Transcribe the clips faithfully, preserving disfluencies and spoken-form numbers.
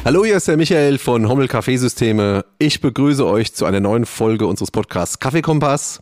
Hallo, hier ist der Michael von Hommel Kaffeesysteme. Ich begrüße euch zu einer neuen Folge unseres Podcasts Kaffeekompass.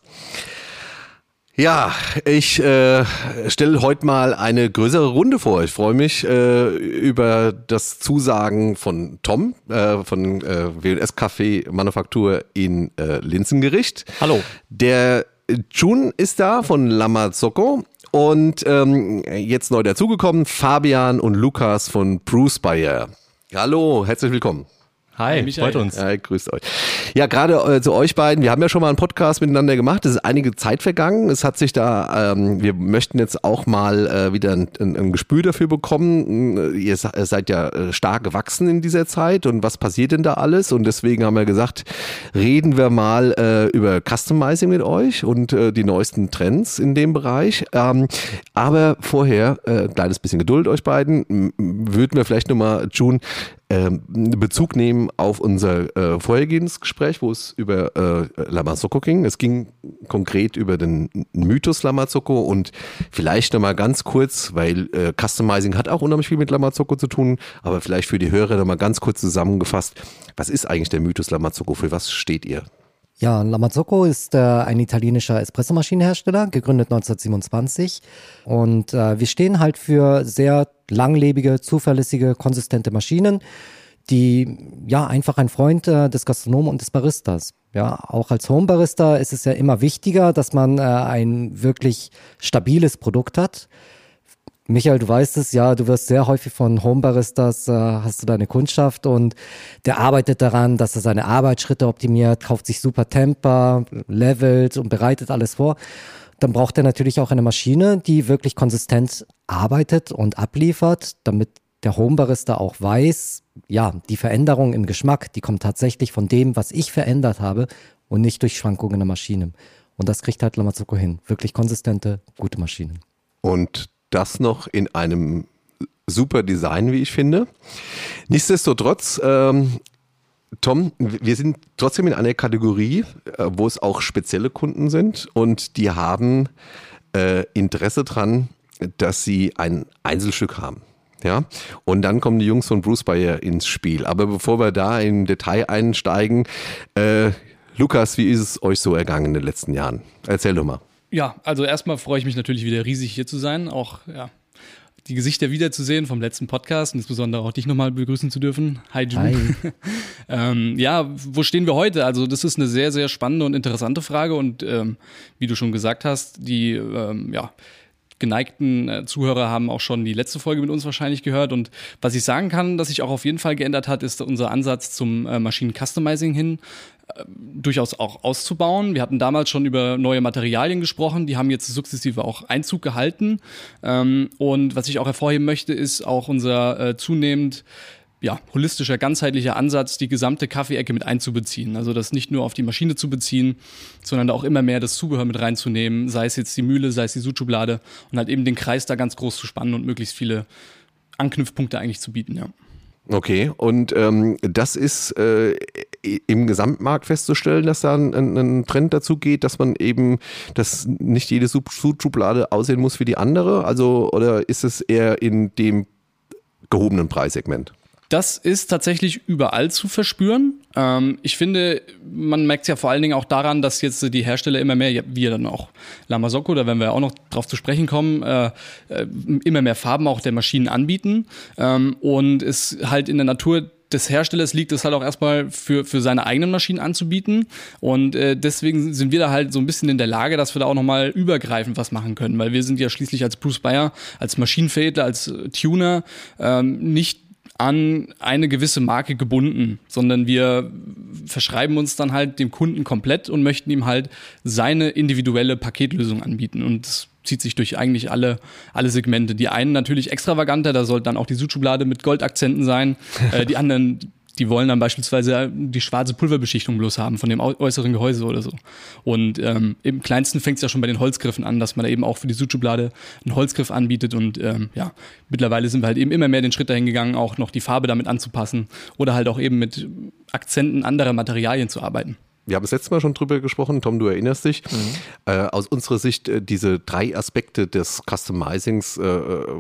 Ja, ich äh, stelle heute mal eine größere Runde vor. Ich freue mich äh, über das Zusagen von Tom äh, von äh, W und S Kaffee Manufaktur in äh, Linzengericht. Hallo. Der Jun ist da von La Marzocco und ähm, jetzt neu dazugekommen Fabian und Lukas von Bruce Bayer. Hallo, herzlich willkommen. Hi, Hi freut uns. Ja, grüßt euch. Ja, gerade äh, zu euch beiden. Wir haben ja schon mal einen Podcast miteinander gemacht. Es ist einige Zeit vergangen. Es hat sich da, ähm, wir möchten jetzt auch mal äh, wieder ein, ein, ein Gespür dafür bekommen. Ihr seid ja äh, stark gewachsen in dieser Zeit. Und was passiert denn da alles? Und deswegen haben wir gesagt, reden wir mal äh, über Customizing mit euch und äh, die neuesten Trends in dem Bereich. Ähm, aber vorher, äh, kleines bisschen Geduld euch beiden, m- würden wir vielleicht nochmal, June, Ähm, Bezug nehmen auf unser äh, vorhergehendes Gespräch, wo es über äh, La Marzocco ging. Es ging konkret über den Mythos La Marzocco und vielleicht nochmal ganz kurz, weil äh, Customizing hat auch unheimlich viel mit La Marzocco zu tun, aber vielleicht für die Hörer nochmal ganz kurz zusammengefasst, was ist eigentlich der Mythos La Marzocco, für was steht ihr? Ja, La Marzocco ist äh, ein italienischer Espressomaschinenhersteller, gegründet neunzehnhundertsiebenundzwanzig. Und äh, wir stehen halt für sehr langlebige, zuverlässige, konsistente Maschinen, die ja einfach ein Freund äh, des Gastronomen und des Baristas. Ja, auch als Homebarista ist es ja immer wichtiger, dass man äh, ein wirklich stabiles Produkt hat. Michael, du weißt es, ja, du wirst sehr häufig von Homebaristas, äh, hast du deine Kundschaft und der arbeitet daran, dass er seine Arbeitsschritte optimiert, kauft sich super Temper, levelt und bereitet alles vor. Dann braucht er natürlich auch eine Maschine, die wirklich konsistent arbeitet und abliefert, damit der Homebarista auch weiß, ja, die Veränderung im Geschmack, die kommt tatsächlich von dem, was ich verändert habe und nicht durch Schwankungen der Maschine. Und das kriegt halt La Marzocco hin. Wirklich konsistente, gute Maschinen. Und das noch in einem super Design, wie ich finde. Nichtsdestotrotz, ähm, Tom, wir sind trotzdem in einer Kategorie, äh, wo es auch spezielle Kunden sind und die haben äh, Interesse dran, dass sie ein Einzelstück haben. Ja, und dann kommen die Jungs von Bruce Bayer ins Spiel. Aber bevor wir da im Detail einsteigen, äh, Lukas, wie ist es euch so ergangen in den letzten Jahren? Erzähl doch mal. Ja, also erstmal freue ich mich natürlich wieder riesig hier zu sein, auch ja, die Gesichter wiederzusehen vom letzten Podcast und insbesondere auch dich nochmal begrüßen zu dürfen. Hi, June. Hi. ähm, ja, wo stehen wir heute? Also das ist eine sehr, sehr spannende und interessante Frage und ähm, wie du schon gesagt hast, die ähm, ja, geneigten äh, Zuhörer haben auch schon die letzte Folge mit uns wahrscheinlich gehört und was ich sagen kann, dass sich auch auf jeden Fall geändert hat, ist unser Ansatz zum äh, Maschinen-Customizing hin. Durchaus auch auszubauen. Wir hatten damals schon über neue Materialien gesprochen, die haben jetzt sukzessive auch Einzug gehalten. Und was ich auch hervorheben möchte, ist auch unser zunehmend ja, holistischer, ganzheitlicher Ansatz, die gesamte Kaffeeecke mit einzubeziehen. Also das nicht nur auf die Maschine zu beziehen, sondern auch immer mehr das Zubehör mit reinzunehmen, sei es jetzt die Mühle, sei es die Sudschublade und halt eben den Kreis da ganz groß zu spannen und möglichst viele Anknüpfpunkte eigentlich zu bieten, ja. Okay, und ähm, das ist äh, im Gesamtmarkt festzustellen, dass da ein, ein Trend dazu geht, dass man eben, dass nicht jede Sudschublade aussehen muss wie die andere, also oder ist es eher in dem gehobenen Preissegment? Das ist tatsächlich überall zu verspüren. Ähm, ich finde, man merkt es ja vor allen Dingen auch daran, dass jetzt die Hersteller immer mehr, wie ja dann auch La Marzocco, da werden wir auch noch drauf zu sprechen kommen, äh, äh, immer mehr Farben auch der Maschinen anbieten. Ähm, und es halt in der Natur des Herstellers liegt, es halt auch erstmal für, für seine eigenen Maschinen anzubieten. Und äh, deswegen sind wir da halt so ein bisschen in der Lage, dass wir da auch nochmal übergreifend was machen können. Weil wir sind ja schließlich als Bruce Bayer, als Maschinenveredler, als Tuner ähm, nicht an eine gewisse Marke gebunden, sondern wir verschreiben uns dann halt dem Kunden komplett und möchten ihm halt seine individuelle Paketlösung anbieten. Und das zieht sich durch eigentlich alle, alle Segmente. Die einen natürlich extravaganter, da sollte dann auch die Sudschublade mit Goldakzenten sein. äh, die anderen, die wollen dann beispielsweise die schwarze Pulverbeschichtung bloß haben von dem äußeren Gehäuse oder so. Und ähm, im kleinsten fängt es ja schon bei den Holzgriffen an, dass man da eben auch für die Sudschublade einen Holzgriff anbietet. Und ähm, ja, mittlerweile sind wir halt eben immer mehr den Schritt dahin gegangen, auch noch die Farbe damit anzupassen oder halt auch eben mit Akzenten anderer Materialien zu arbeiten. wir haben das letzte Mal schon drüber gesprochen, Tom, du erinnerst dich, mhm. äh, aus unserer Sicht äh, diese drei Aspekte des Customizings äh,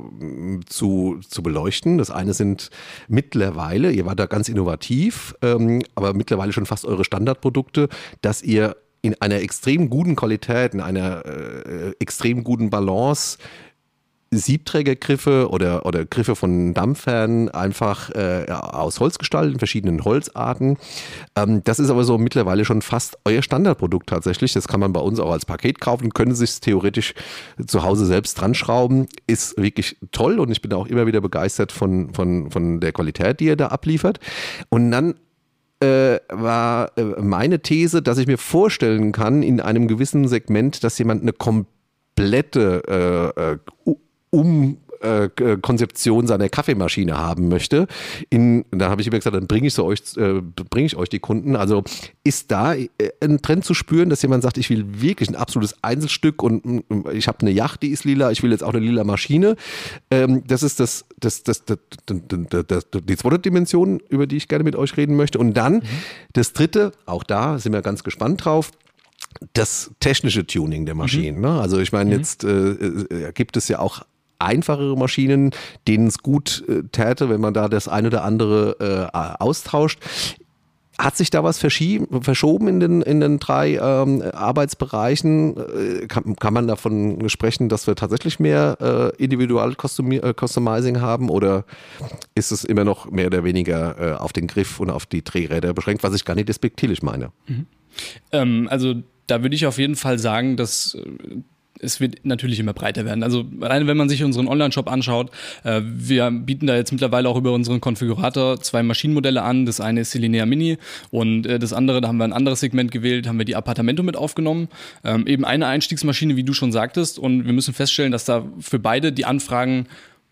zu, zu beleuchten. Das eine sind mittlerweile, ihr wart da ganz innovativ, ähm, aber mittlerweile schon fast eure Standardprodukte, dass ihr in einer extrem guten Qualität, in einer äh, extrem guten Balance Siebträgergriffe oder, oder Griffe von Dampfern einfach äh, aus Holz gestaltet, in verschiedenen Holzarten. Ähm, das ist aber so mittlerweile schon fast euer Standardprodukt tatsächlich. Das kann man bei uns auch als Paket kaufen, können sich theoretisch zu Hause selbst dran schrauben. Ist wirklich toll und ich bin auch immer wieder begeistert von, von, von der Qualität, die ihr da abliefert. Und dann äh, war äh, meine These, dass ich mir vorstellen kann, in einem gewissen Segment, dass jemand eine komplette äh, uh, um äh, Konzeption seiner Kaffeemaschine haben möchte. In, da habe ich immer gesagt, dann bringe ich so euch, äh, bringe ich euch die Kunden. Also ist da äh, ein Trend zu spüren, dass jemand sagt, ich will wirklich ein absolutes Einzelstück und äh, ich habe eine Yacht, die ist lila, ich will jetzt auch eine lila Maschine. Ähm, das ist das, das, das, das, das, das, das, die zweite Dimension, über die ich gerne mit euch reden möchte. Und dann mhm. das dritte, auch da sind wir ganz gespannt drauf, das technische Tuning der Maschinen. Mhm. Ne? Also ich meine, mhm. jetzt äh, gibt es ja auch einfachere Maschinen, denen es gut äh, täte, wenn man da das ein oder andere äh, austauscht. Hat sich da was verschoben in den, in den drei ähm, Arbeitsbereichen? Äh, kann, kann man davon sprechen, dass wir tatsächlich mehr äh, Individual-Customizing haben oder ist es immer noch mehr oder weniger äh, auf den Griff und auf die Drehräder beschränkt, was ich gar nicht despektierlich meine? Mhm. Ähm, also da würde ich auf jeden Fall sagen, dass es wird natürlich immer breiter werden. Also alleine wenn man sich unseren Online-Shop anschaut, äh, wir bieten da jetzt mittlerweile auch über unseren Konfigurator zwei Maschinenmodelle an. Das eine ist die Linear Mini und äh, das andere, da haben wir ein anderes Segment gewählt, haben wir die Appartamento mit aufgenommen. Ähm, eben eine Einstiegsmaschine, wie du schon sagtest, und wir müssen feststellen, dass da für beide die Anfragen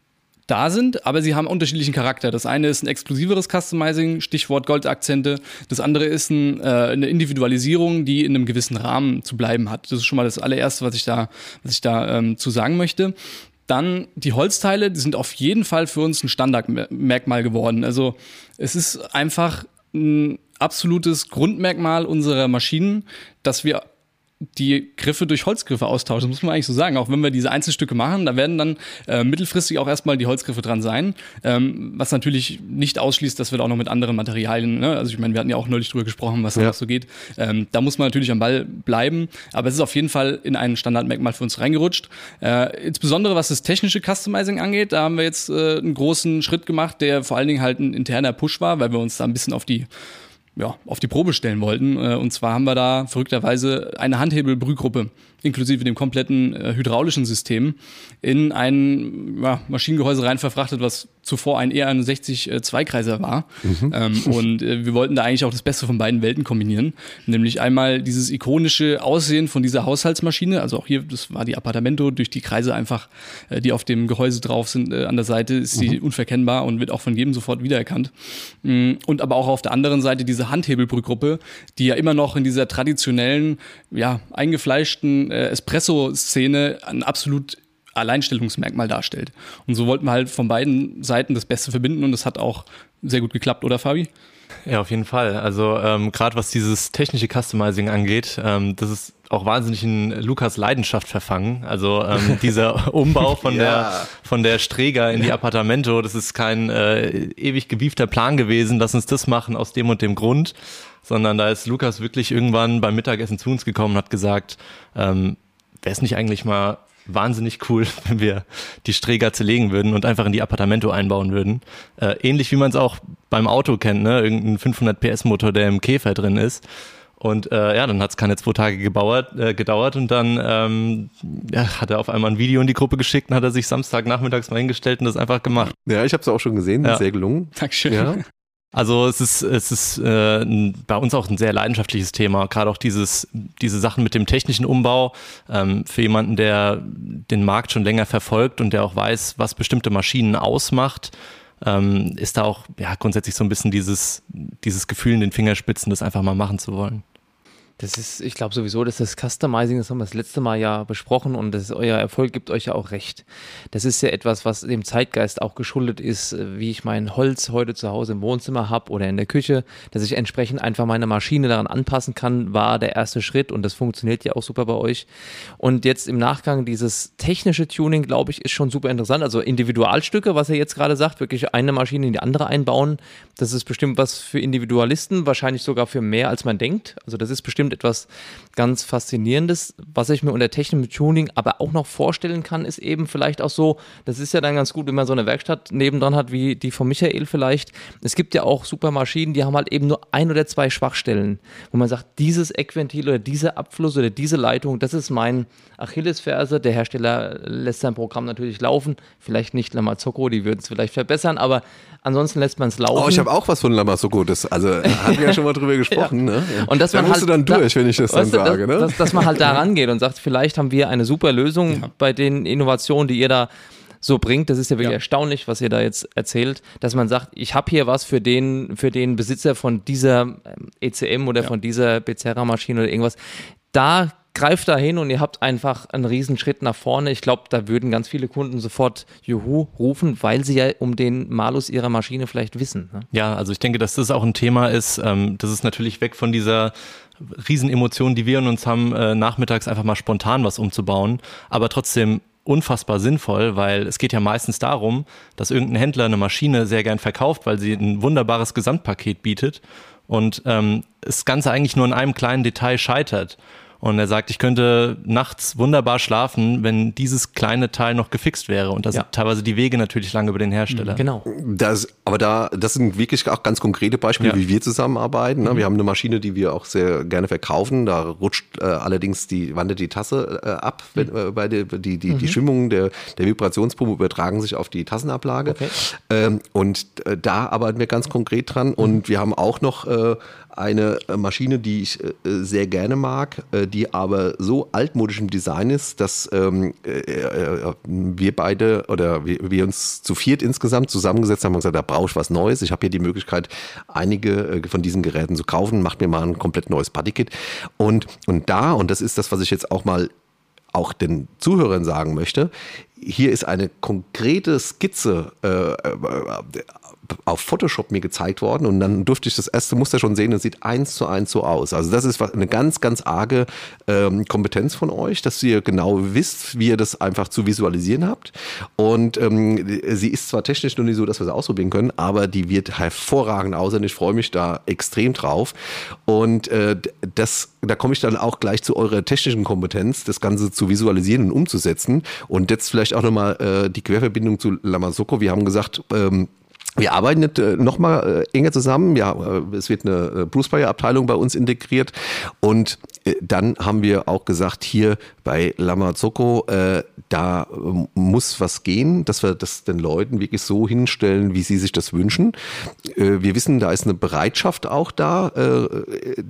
da sind, aber sie haben unterschiedlichen Charakter. Das eine ist ein exklusiveres Customizing, Stichwort Goldakzente. Das andere ist ein, äh, eine Individualisierung, die in einem gewissen Rahmen zu bleiben hat. Das ist schon mal das allererste, was ich da, was ich da ähm, zu sagen möchte. Dann die Holzteile, die sind auf jeden Fall für uns ein Standardmerkmal geworden. Also es ist einfach ein absolutes Grundmerkmal unserer Maschinen, dass wir die Griffe durch Holzgriffe austauschen, das muss man eigentlich so sagen. Auch wenn wir diese Einzelstücke machen, da werden dann äh, mittelfristig auch erstmal die Holzgriffe dran sein, ähm, was natürlich nicht ausschließt, dass wir da auch noch mit anderen Materialien, ne? Also ich meine, wir hatten ja auch neulich drüber gesprochen, was da ja. noch so geht. Ähm, da muss man natürlich am Ball bleiben, aber es ist auf jeden Fall in ein Standardmerkmal für uns reingerutscht. Äh, insbesondere was das technische Customizing angeht, da haben wir jetzt äh, einen großen Schritt gemacht, der vor allen Dingen halt ein interner Push war, weil wir uns da ein bisschen auf die ja, auf die Probe stellen wollten. Und zwar haben wir da verrückterweise eine Handhebelbrühgruppe inklusive dem kompletten äh, hydraulischen System in ein ja, Maschinengehäuse rein verfrachtet, was zuvor ein E einundsechzig äh, Zweikreiser war. Mhm. Ähm, und äh, wir wollten da eigentlich auch das Beste von beiden Welten kombinieren. Nämlich einmal dieses ikonische Aussehen von dieser Haushaltsmaschine, also auch hier, das war die Appartamento, durch die Kreise einfach, äh, die auf dem Gehäuse drauf sind, äh, an der Seite ist sie mhm. unverkennbar und wird auch von jedem sofort wiedererkannt. Mhm. Und aber auch auf der anderen Seite diese Handhebelbrühgruppe, die ja immer noch in dieser traditionellen, ja, eingefleischten äh, Espresso-Szene ein absolut Alleinstellungsmerkmal darstellt. Und so wollten wir halt von beiden Seiten das Beste verbinden und das hat auch sehr gut geklappt, oder Fabi? Ja, auf jeden Fall. Also ähm, gerade was dieses technische Customizing angeht, ähm, das ist auch wahnsinnig in Lukas Leidenschaft verfangen. Also ähm, dieser Umbau von ja. der von der Strega in die Appartamento, das ist kein äh, ewig gewiefter Plan gewesen, lass uns das machen aus dem und dem Grund, sondern da ist Lukas wirklich irgendwann beim Mittagessen zu uns gekommen und hat gesagt, ähm, wäre es nicht eigentlich mal wahnsinnig cool, wenn wir die Strega zerlegen würden und einfach in die Appartamento einbauen würden. Äh, ähnlich wie man es auch beim Auto kennt, ne? Irgendein fünfhundert P S Motor, der im Käfer drin ist. Und äh, ja, dann hat es keine zwei Tage gebauert, äh, gedauert und dann ähm, ja, hat er auf einmal ein Video in die Gruppe geschickt und hat er sich Samstagnachmittags mal hingestellt und das einfach gemacht. Ja, ich habe es auch schon gesehen, ja. Sehr gelungen. Dankeschön. Ja. Also es ist es ist äh, bei uns auch ein sehr leidenschaftliches Thema, gerade auch dieses diese Sachen mit dem technischen Umbau. Ähm, für jemanden, der den Markt schon länger verfolgt und der auch weiß, was bestimmte Maschinen ausmacht, ähm, ist da auch ja grundsätzlich so ein bisschen dieses dieses Gefühl in den Fingerspitzen, das einfach mal machen zu wollen. Das ist, ich glaube sowieso, dass das Customizing, das haben wir das letzte Mal ja besprochen und das, euer Erfolg gibt euch ja auch recht. Das ist ja etwas, was dem Zeitgeist auch geschuldet ist, wie ich mein Holz heute zu Hause im Wohnzimmer habe oder in der Küche, dass ich entsprechend einfach meine Maschine daran anpassen kann, war der erste Schritt und das funktioniert ja auch super bei euch. Und jetzt im Nachgang dieses technische Tuning, glaube ich, ist schon super interessant. Also Individualstücke, was ihr jetzt gerade sagt, wirklich eine Maschine in die andere einbauen, das ist bestimmt was für Individualisten, wahrscheinlich sogar für mehr als man denkt. Also das ist bestimmt etwas ganz Faszinierendes. Was ich mir unter technischem Tuning aber auch noch vorstellen kann, ist eben vielleicht auch so, das ist ja dann ganz gut, wenn man so eine Werkstatt nebendran hat, wie die von Michael vielleicht. Es gibt ja auch super Maschinen, die haben halt eben nur ein oder zwei Schwachstellen, wo man sagt, dieses Eckventil oder dieser Abfluss oder diese Leitung, das ist mein Achillesferse. Der Hersteller lässt sein Programm natürlich laufen. Vielleicht nicht Lamazocco, die würden es vielleicht verbessern, aber ansonsten lässt man es laufen. Oh, ich habe auch was von Lamazocco, das, also haben wir ja schon mal drüber gesprochen. Ja. Ne? Und dass da man musst halt du dann durch, da, wenn ich das dann weißt du, sage. Dass, ne? dass, dass man halt da rangeht und sagt, vielleicht haben wir eine super Lösung ja. bei den Innovationen, die ihr da so bringt. Das ist ja wirklich ja. erstaunlich, was ihr da jetzt erzählt, dass man sagt, ich habe hier was für den, für den Besitzer von dieser E C M oder ja. von dieser Becerra-Maschine oder irgendwas. Da greift da hin und ihr habt einfach einen riesen Schritt nach vorne. Ich glaube, da würden ganz viele Kunden sofort Juhu rufen, weil sie ja um den Malus ihrer Maschine vielleicht wissen. Ne? Ja, also ich denke, dass das auch ein Thema ist. Ähm, das ist natürlich weg von dieser Riesenemotion, die wir in uns haben, äh, nachmittags einfach mal spontan was umzubauen, aber trotzdem unfassbar sinnvoll, weil es geht ja meistens darum, dass irgendein Händler eine Maschine sehr gern verkauft, weil sie ein wunderbares Gesamtpaket bietet und ähm, das Ganze eigentlich nur in einem kleinen Detail scheitert. Und er sagt, ich könnte nachts wunderbar schlafen, wenn dieses kleine Teil noch gefixt wäre. Und da sind ja. teilweise die Wege natürlich lang über den Hersteller. Genau. Das, aber da, das sind wirklich auch ganz konkrete Beispiele, ja. wie wir zusammenarbeiten. Mhm. Wir haben eine Maschine, die wir auch sehr gerne verkaufen. Da rutscht äh, allerdings die, wandert die Tasse äh, ab. Wenn, äh, bei der, die, die, mhm. die Schwingungen der, der Vibrationspumpe übertragen sich auf die Tassenablage. Okay. Ähm, und äh, da arbeiten wir ganz konkret dran. Mhm. Und wir haben auch noch äh, eine Maschine, die ich äh, sehr gerne mag, äh, die aber so altmodisch im Design ist, dass ähm, äh, äh, wir beide oder wir, wir uns zu viert insgesamt zusammengesetzt haben und gesagt, da brauche ich was Neues. Ich habe hier die Möglichkeit, einige äh, von diesen Geräten zu kaufen, macht mir mal ein komplett neues Partykit. Und, und da, und das ist das, was ich jetzt auch mal auch den Zuhörern sagen möchte, hier ist eine konkrete Skizze äh, äh, auf Photoshop mir gezeigt worden und dann durfte ich das erste Muster schon sehen und es sieht eins zu eins so aus. Also das ist eine ganz, ganz arge ähm, Kompetenz von euch, dass ihr genau wisst, wie ihr das einfach zu visualisieren habt. Und ähm, sie ist zwar technisch noch nicht so, dass wir sie ausprobieren können, aber die wird hervorragend aussehen. Ich freue mich da extrem drauf. Und äh, das, da komme ich dann auch gleich zu eurer technischen Kompetenz, das Ganze zu visualisieren und umzusetzen. Und jetzt vielleicht auch nochmal äh, die Querverbindung zu Lamazocco. Wir haben gesagt, ähm, wir arbeiten jetzt äh, nochmal äh, enger zusammen. Ja, äh, es wird eine äh, Bruce Bayer Abteilung bei uns integriert. Und äh, dann haben wir auch gesagt, hier bei Lamazocco, äh, da äh, muss was gehen, dass wir das den Leuten wirklich so hinstellen, wie sie sich das wünschen. Äh, wir wissen, da ist eine Bereitschaft auch da, äh,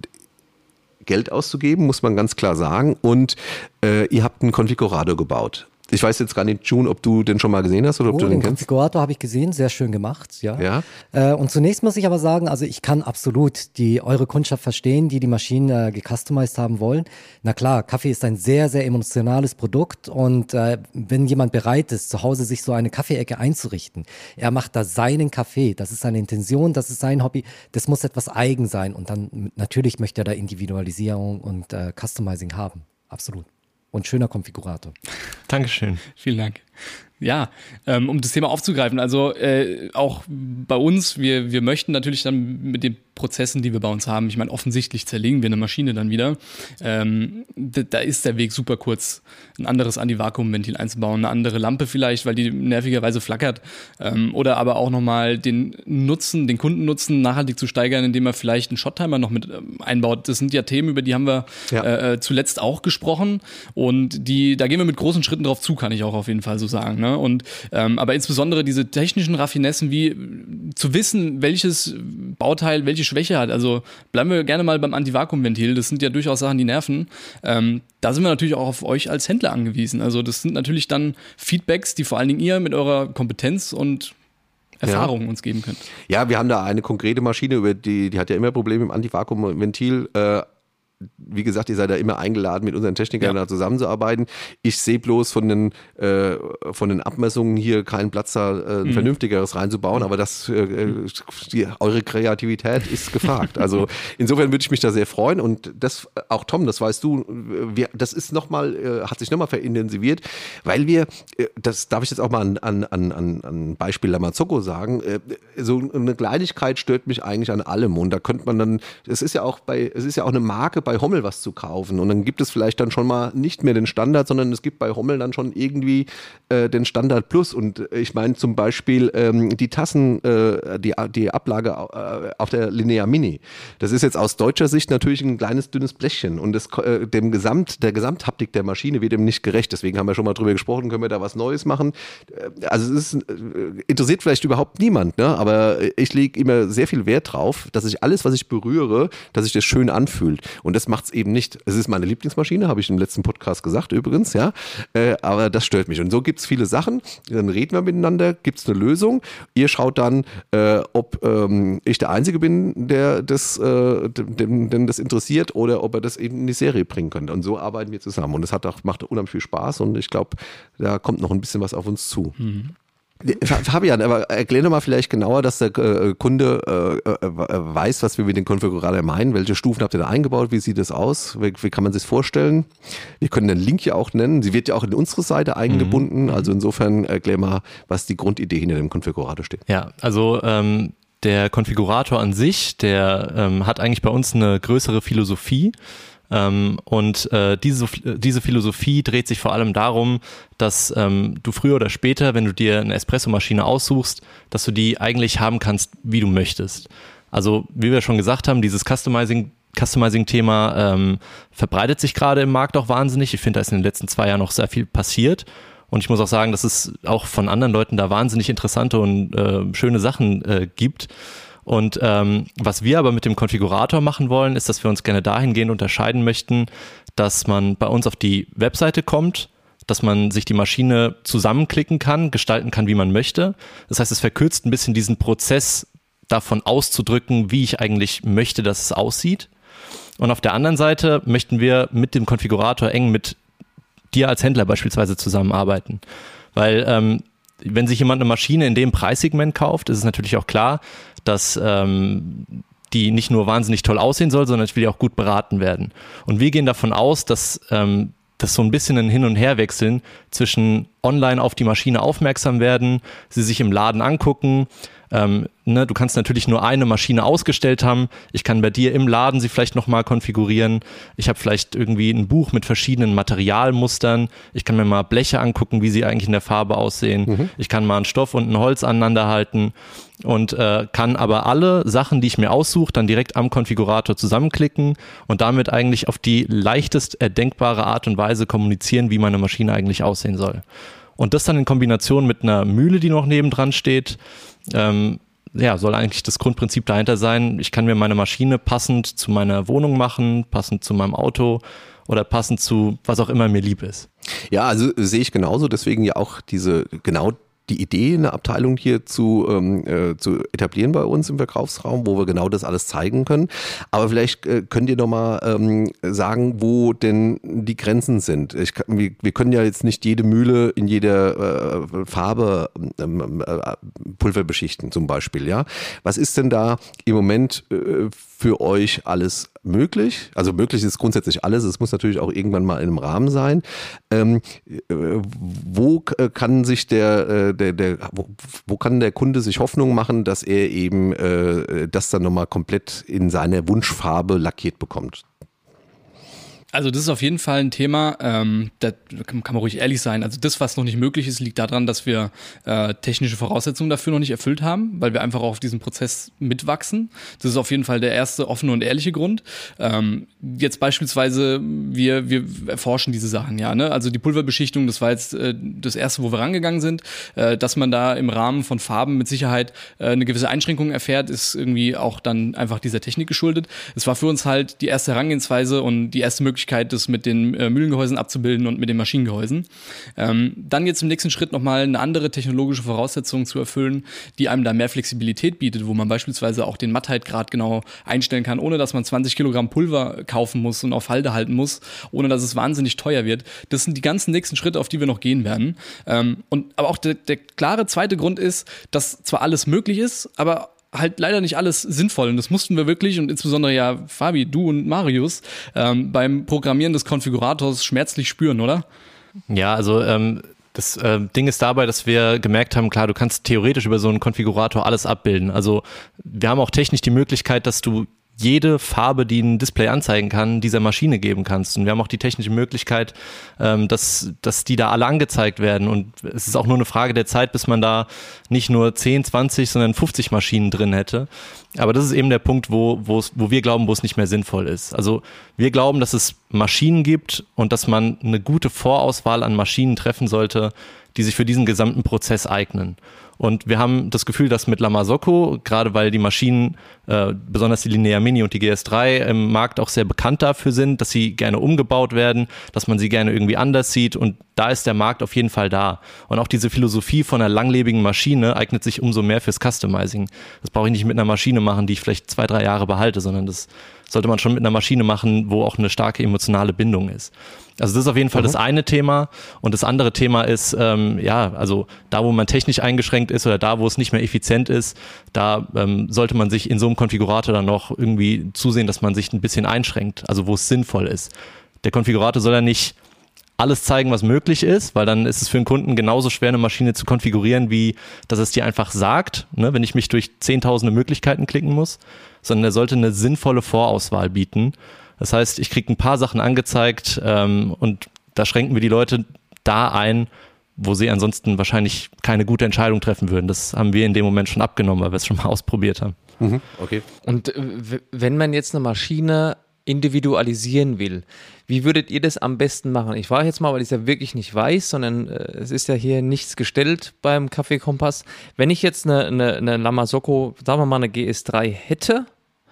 Geld auszugeben, muss man ganz klar sagen. Und äh, ihr habt einen Konfigurator gebaut. Ich weiß jetzt gar nicht, June, ob du den schon mal gesehen hast oder ob oh, du den, den kennst. Den Konfigurator habe ich gesehen, sehr schön gemacht, ja. ja. Äh, und zunächst muss ich aber sagen, also ich kann absolut die eure Kundschaft verstehen, die die Maschinen äh, gecustomized haben wollen. Na klar, Kaffee ist ein sehr, sehr emotionales Produkt und äh, wenn jemand bereit ist, zu Hause sich so eine Kaffeeecke einzurichten, er macht da seinen Kaffee, das ist seine Intention, das ist sein Hobby, das muss etwas eigen sein und dann natürlich möchte er da Individualisierung und äh, Customizing haben, absolut. Und schöner Konfigurator. Dankeschön. Vielen Dank. Ja, ähm, um das Thema aufzugreifen, also äh, auch bei uns, wir, wir möchten natürlich dann mit den Prozessen, die wir bei uns haben, ich meine, offensichtlich zerlegen wir eine Maschine dann wieder. Ähm, da, da ist der Weg super kurz, ein anderes Anti-Vakuum-Ventil einzubauen, eine andere Lampe vielleicht, weil die nervigerweise flackert. Ähm, oder aber auch nochmal den Nutzen, den Kundennutzen nachhaltig zu steigern, indem er vielleicht einen Shot-Timer noch mit ähm, einbaut. Das sind ja Themen, über die haben wir ja. äh, zuletzt auch gesprochen und die, da gehen wir mit großen Schritten drauf zu, kann ich auch auf jeden Fall so sagen. Ne? Und ähm, aber insbesondere diese technischen Raffinessen, wie zu wissen, welches Bauteil welche Schwäche hat. Also bleiben wir gerne mal beim Anti-Vakuum-Ventil. Das sind ja durchaus Sachen, die nerven. Ähm, da sind wir natürlich auch auf euch als Händler angewiesen. Also das sind natürlich dann Feedbacks, die vor allen Dingen ihr mit eurer Kompetenz und Erfahrungen ja. uns geben könnt. Ja, wir haben da eine konkrete Maschine, über die, die hat ja immer Probleme im Anti-Vakuum-Ventil. Äh, wie gesagt, ihr seid ja immer eingeladen, mit unseren Technikern Ja. da zusammenzuarbeiten. Ich sehe bloß von den, äh, von den Abmessungen hier keinen Platz, da äh, ein Mhm. vernünftigeres reinzubauen, aber das, äh, die, eure Kreativität ist gefragt. Also insofern würde ich mich da sehr freuen und das, auch Tom, das weißt du, wir, das ist nochmal, äh, hat sich nochmal verintensiviert, weil wir, äh, das darf ich jetzt auch mal an, an, an, an Beispiel Lamazocco sagen, äh, so eine Kleinigkeit stört mich eigentlich an allem und da könnte man dann, es ist ja auch bei, es ist ja auch eine Marke bei Hommel was zu kaufen und dann gibt es vielleicht dann schon mal nicht mehr den Standard, sondern es gibt bei Hommel dann schon irgendwie äh, den Standard Plus und ich meine zum Beispiel ähm, die Tassen, äh, die, die Ablage äh, auf der Linea Mini. Das ist jetzt aus deutscher Sicht natürlich ein kleines, dünnes Blechchen und das, äh, dem Gesamt, der Gesamthaptik der Maschine wird dem nicht gerecht. Deswegen haben wir schon mal drüber gesprochen, können wir da was Neues machen. Äh, Also es ist, äh, interessiert vielleicht überhaupt niemand, ne? Aber ich lege immer sehr viel Wert drauf, dass ich alles, was ich berühre, dass sich das schön anfühlt. Und das macht es eben nicht. Es ist meine Lieblingsmaschine, habe ich im letzten Podcast gesagt übrigens, ja. Äh, aber das stört mich. Und so gibt es viele Sachen. Dann reden wir miteinander, gibt es eine Lösung. Ihr schaut dann, äh, ob ähm, ich der Einzige bin, der das, äh, dem, dem das interessiert oder ob er das eben in die Serie bringen könnte. Und so arbeiten wir zusammen. Und das hat auch, macht unheimlich viel Spaß und ich glaube, da kommt noch ein bisschen was auf uns zu. Mhm. Fabian, aber erklär doch mal vielleicht genauer, dass der äh, Kunde äh, äh, weiß, was wir mit dem Konfigurator meinen. Welche Stufen habt ihr da eingebaut? Wie sieht das aus? Wie, wie kann man sich das vorstellen? Wir können den Link ja auch nennen. Sie wird ja auch in unsere Seite eingebunden. Mhm. Also insofern erklär mal, was die Grundidee hinter dem Konfigurator steht. Ja, also ähm, der Konfigurator an sich, der ähm, hat eigentlich bei uns eine größere Philosophie. Ähm, und äh, diese, diese Philosophie dreht sich vor allem darum, dass ähm, du früher oder später, wenn du dir eine Espressomaschine aussuchst, dass du die eigentlich haben kannst, wie du möchtest. Also wie wir schon gesagt haben, dieses Customizing Customizing-Thema ähm, verbreitet sich gerade im Markt auch wahnsinnig. Ich finde, da ist in den letzten zwei Jahren noch sehr viel passiert. Und ich muss auch sagen, dass es auch von anderen Leuten da wahnsinnig interessante und äh, schöne Sachen äh, gibt. Und ähm, was wir aber mit dem Konfigurator machen wollen, ist, dass wir uns gerne dahingehend unterscheiden möchten, dass man bei uns auf die Webseite kommt, dass man sich die Maschine zusammenklicken kann, gestalten kann, wie man möchte. Das heißt, es verkürzt ein bisschen diesen Prozess, davon auszudrücken, wie ich eigentlich möchte, dass es aussieht. Und auf der anderen Seite möchten wir mit dem Konfigurator eng mit dir als Händler beispielsweise zusammenarbeiten. Weil ähm, wenn sich jemand eine Maschine in dem Preissegment kauft, ist es natürlich auch klar, dass ähm, die nicht nur wahnsinnig toll aussehen soll, sondern es will ja auch gut beraten werden. Und wir gehen davon aus, dass ähm, das so ein bisschen ein Hin- und Herwechseln zwischen online auf die Maschine aufmerksam werden, sie sich im Laden angucken. Ähm, ne, du kannst natürlich nur eine Maschine ausgestellt haben. Ich kann bei dir im Laden sie vielleicht nochmal konfigurieren. Ich habe vielleicht irgendwie ein Buch mit verschiedenen Materialmustern. Ich kann mir mal Bleche angucken, wie sie eigentlich in der Farbe aussehen. Mhm. Ich kann mal einen Stoff und ein Holz aneinander halten und äh, kann aber alle Sachen, die ich mir aussuche, dann direkt am Konfigurator zusammenklicken und damit eigentlich auf die leichtest erdenkbare Art und Weise kommunizieren, wie meine Maschine eigentlich aussehen soll. Und das dann in Kombination mit einer Mühle, die noch nebendran steht, ähm, ja, soll eigentlich das Grundprinzip dahinter sein. Ich kann mir meine Maschine passend zu meiner Wohnung machen, passend zu meinem Auto oder passend zu was auch immer mir lieb ist. Ja, also sehe ich genauso. Deswegen ja auch diese genau die Idee, eine Abteilung hier zu, ähm, äh, zu etablieren bei uns im Verkaufsraum, wo wir genau das alles zeigen können. Aber vielleicht äh, könnt ihr noch mal ähm, sagen, wo denn die Grenzen sind. Ich, wir, wir können ja jetzt nicht jede Mühle in jeder äh, Farbe ähm, äh, Pulver beschichten zum Beispiel. Ja, was ist denn da im Moment äh, für euch alles möglich? Also möglich ist grundsätzlich alles. Es muss natürlich auch irgendwann mal in einem Rahmen sein. Ähm, äh, wo kann sich der, der, der wo, wo kann der Kunde sich Hoffnung machen, dass er eben äh, das dann nochmal komplett in seiner Wunschfarbe lackiert bekommt? Also das ist auf jeden Fall ein Thema, ähm, da kann man ruhig ehrlich sein. Also das, was noch nicht möglich ist, liegt daran, dass wir äh, technische Voraussetzungen dafür noch nicht erfüllt haben, weil wir einfach auch auf diesen Prozess mitwachsen. Das ist auf jeden Fall der erste offene und ehrliche Grund. Ähm, jetzt beispielsweise, wir wir erforschen diese Sachen, ja, ne? Also die Pulverbeschichtung, das war jetzt äh, das erste, wo wir rangegangen sind. Äh, dass man da im Rahmen von Farben mit Sicherheit äh, eine gewisse Einschränkung erfährt, ist irgendwie auch dann einfach dieser Technik geschuldet. Es war für uns halt die erste Herangehensweise und die erste Möglichkeit, Möglichkeit, das mit den äh, Mühlengehäusen abzubilden und mit den Maschinengehäusen. Ähm, dann jetzt im nächsten Schritt nochmal eine andere technologische Voraussetzung zu erfüllen, die einem da mehr Flexibilität bietet, wo man beispielsweise auch den Mattheitgrad genau einstellen kann, ohne dass man zwanzig Kilogramm Pulver kaufen muss und auf Halde halten muss, ohne dass es wahnsinnig teuer wird. Das sind die ganzen nächsten Schritte, auf die wir noch gehen werden. Ähm, und aber auch der, der klare zweite Grund ist, dass zwar alles möglich ist, aber halt leider nicht alles sinnvoll. Und das mussten wir wirklich, und insbesondere ja Fabi, du und Marius, ähm, beim Programmieren des Konfigurators schmerzlich spüren, oder? Ja, also ähm, das äh, Ding ist dabei, dass wir gemerkt haben, klar, du kannst theoretisch über so einen Konfigurator alles abbilden. Also wir haben auch technisch die Möglichkeit, dass du jede Farbe, die ein Display anzeigen kann, dieser Maschine geben kannst. Und wir haben auch die technische Möglichkeit, ähm, dass, dass die da alle angezeigt werden. Und es ist auch nur eine Frage der Zeit, bis man da nicht nur zehn, zwanzig, sondern fünfzig Maschinen drin hätte. Aber das ist eben der Punkt, wo, wo, es, wo wir glauben, wo es nicht mehr sinnvoll ist. Also wir glauben, dass es Maschinen gibt und dass man eine gute Vorauswahl an Maschinen treffen sollte, die sich für diesen gesamten Prozess eignen. Und wir haben das Gefühl, dass mit Lama Socko, gerade weil die Maschinen, äh, besonders die Linear Mini und die G S drei im Markt auch sehr bekannt dafür sind, dass sie gerne umgebaut werden, dass man sie gerne irgendwie anders sieht, und da ist der Markt auf jeden Fall da. Und auch diese Philosophie von einer langlebigen Maschine eignet sich umso mehr fürs Customizing. Das brauche ich nicht mit einer Maschine machen, die ich vielleicht zwei, drei Jahre behalte, sondern das sollte man schon mit einer Maschine machen, wo auch eine starke emotionale Bindung ist. Also das ist auf jeden Fall mhm. das eine Thema. Und das andere Thema ist, ähm, ja, also da, wo man technisch eingeschränkt ist oder da, wo es nicht mehr effizient ist, da ähm, sollte man sich in so einem Konfigurator dann noch irgendwie zusehen, dass man sich ein bisschen einschränkt, also wo es sinnvoll ist. Der Konfigurator soll ja nicht alles zeigen, was möglich ist, weil dann ist es für einen Kunden genauso schwer, eine Maschine zu konfigurieren, wie dass es dir einfach sagt, ne, wenn ich mich durch zehntausende Möglichkeiten klicken muss, sondern er sollte eine sinnvolle Vorauswahl bieten. Das heißt, ich kriege ein paar Sachen angezeigt ähm, und da schränken wir die Leute da ein, wo sie ansonsten wahrscheinlich keine gute Entscheidung treffen würden. Das haben wir in dem Moment schon abgenommen, weil wir es schon mal ausprobiert haben. Mhm, okay. Und äh, w- wenn man jetzt eine Maschine individualisieren will, wie würdet ihr das am besten machen? Ich frage jetzt mal, weil ich es ja wirklich nicht weiß, sondern äh, es ist ja hier nichts gestellt beim Kaffeekompass. Wenn ich jetzt eine, eine, eine Lama Socko, sagen wir mal eine G S drei hätte,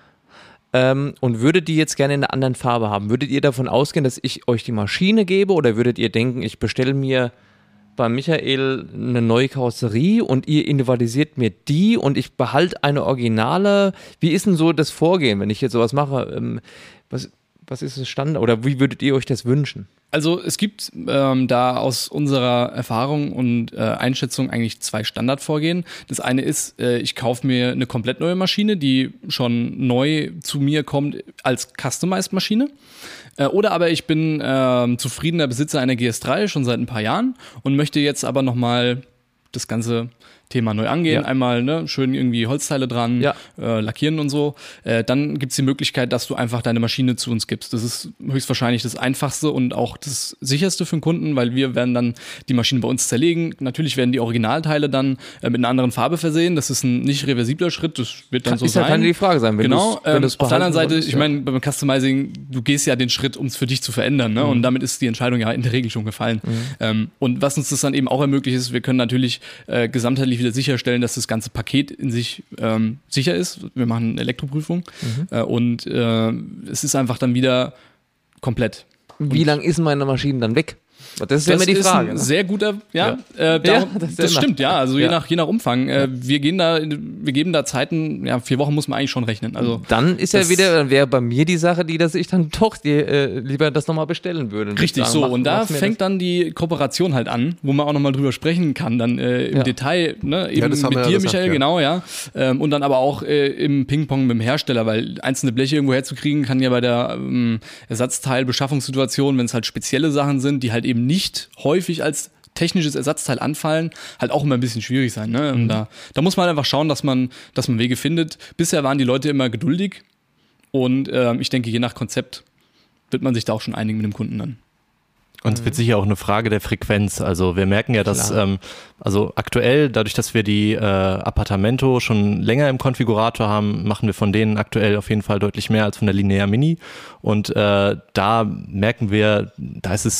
ähm, und würdet die jetzt gerne in einer anderen Farbe haben, würdet ihr davon ausgehen, dass ich euch die Maschine gebe, oder würdet ihr denken, ich bestelle mir bei Michael eine neue Karosserie und ihr individualisiert mir die und ich behalte eine originale? Wie ist denn so das Vorgehen, wenn ich jetzt sowas mache? Ähm, was, was ist das Standard, oder wie würdet ihr euch das wünschen? Also es gibt ähm, da aus unserer Erfahrung und äh, Einschätzung eigentlich zwei Standardvorgehen. Das eine ist, äh, ich kaufe mir eine komplett neue Maschine, die schon neu zu mir kommt als Customized-Maschine. Äh, oder aber ich bin äh, zufriedener Besitzer einer G S drei schon seit ein paar Jahren und möchte jetzt aber nochmal das ganze Thema neu angehen, ja. Einmal ne, schön irgendwie Holzteile dran, ja. äh, lackieren und so. Äh, dann gibt es die Möglichkeit, dass du einfach deine Maschine zu uns gibst. Das ist höchstwahrscheinlich das Einfachste und auch das Sicherste für den Kunden, weil wir werden dann die Maschine bei uns zerlegen. Natürlich werden die Originalteile dann äh, mit einer anderen Farbe versehen. Das ist ein nicht reversibler Schritt, das wird dann kann, so ist sein. Ja, kann die Frage sein, wenn genau. wenn ähm, auf der anderen Seite, wolltest, ich ja. meine, beim Customizing, du gehst ja den Schritt, um es für dich zu verändern, ne? Mhm. Und damit ist die Entscheidung ja in der Regel schon gefallen. Mhm. Ähm, und was uns das dann eben auch ermöglicht ist, wir können natürlich äh, gesamtheitlich wieder sicherstellen, dass das ganze Paket in sich ähm, sicher ist. Wir machen eine Elektroprüfung mhm. äh, und äh, es ist einfach dann wieder komplett. Wie lange ist meine Maschine dann weg? Das ist ja immer die Frage. Das ist ein ne? sehr guter, ja, ja. Äh, da, ja das, das stimmt, ja, also ja. je nach je nach Umfang. Äh, wir gehen da, wir geben da Zeiten, ja, vier Wochen muss man eigentlich schon rechnen. Also dann ist ja wieder, dann wäre bei mir die Sache, die, dass ich dann doch die, äh, lieber das nochmal bestellen würde. Richtig, sagen, so. mach, und da fängt dann die Kooperation halt an, wo man auch nochmal drüber sprechen kann, dann äh, im ja. Detail, ne, eben ja, das mit wir dir, ja Michael, gesagt, genau, ja. Ähm, und dann aber auch äh, im Ping-Pong mit dem Hersteller, weil einzelne Bleche irgendwo herzukriegen, kann ja bei der ähm, Ersatzteilbeschaffungssituation, wenn es halt spezielle Sachen sind, die halt eben nicht häufig als technisches Ersatzteil anfallen, halt auch immer ein bisschen schwierig sein. Ne? Und da, da muss man einfach schauen, dass man, dass man Wege findet. Bisher waren die Leute immer geduldig und ähm, ich denke, je nach Konzept wird man sich da auch schon einigen mit dem Kunden dann. Und es wird sicher auch eine Frage der Frequenz. Also wir merken ja, dass ähm, also aktuell, dadurch, dass wir die äh, Appartamento schon länger im Konfigurator haben, machen wir von denen aktuell auf jeden Fall deutlich mehr als von der Linear Mini. Und äh, da merken wir, da ist es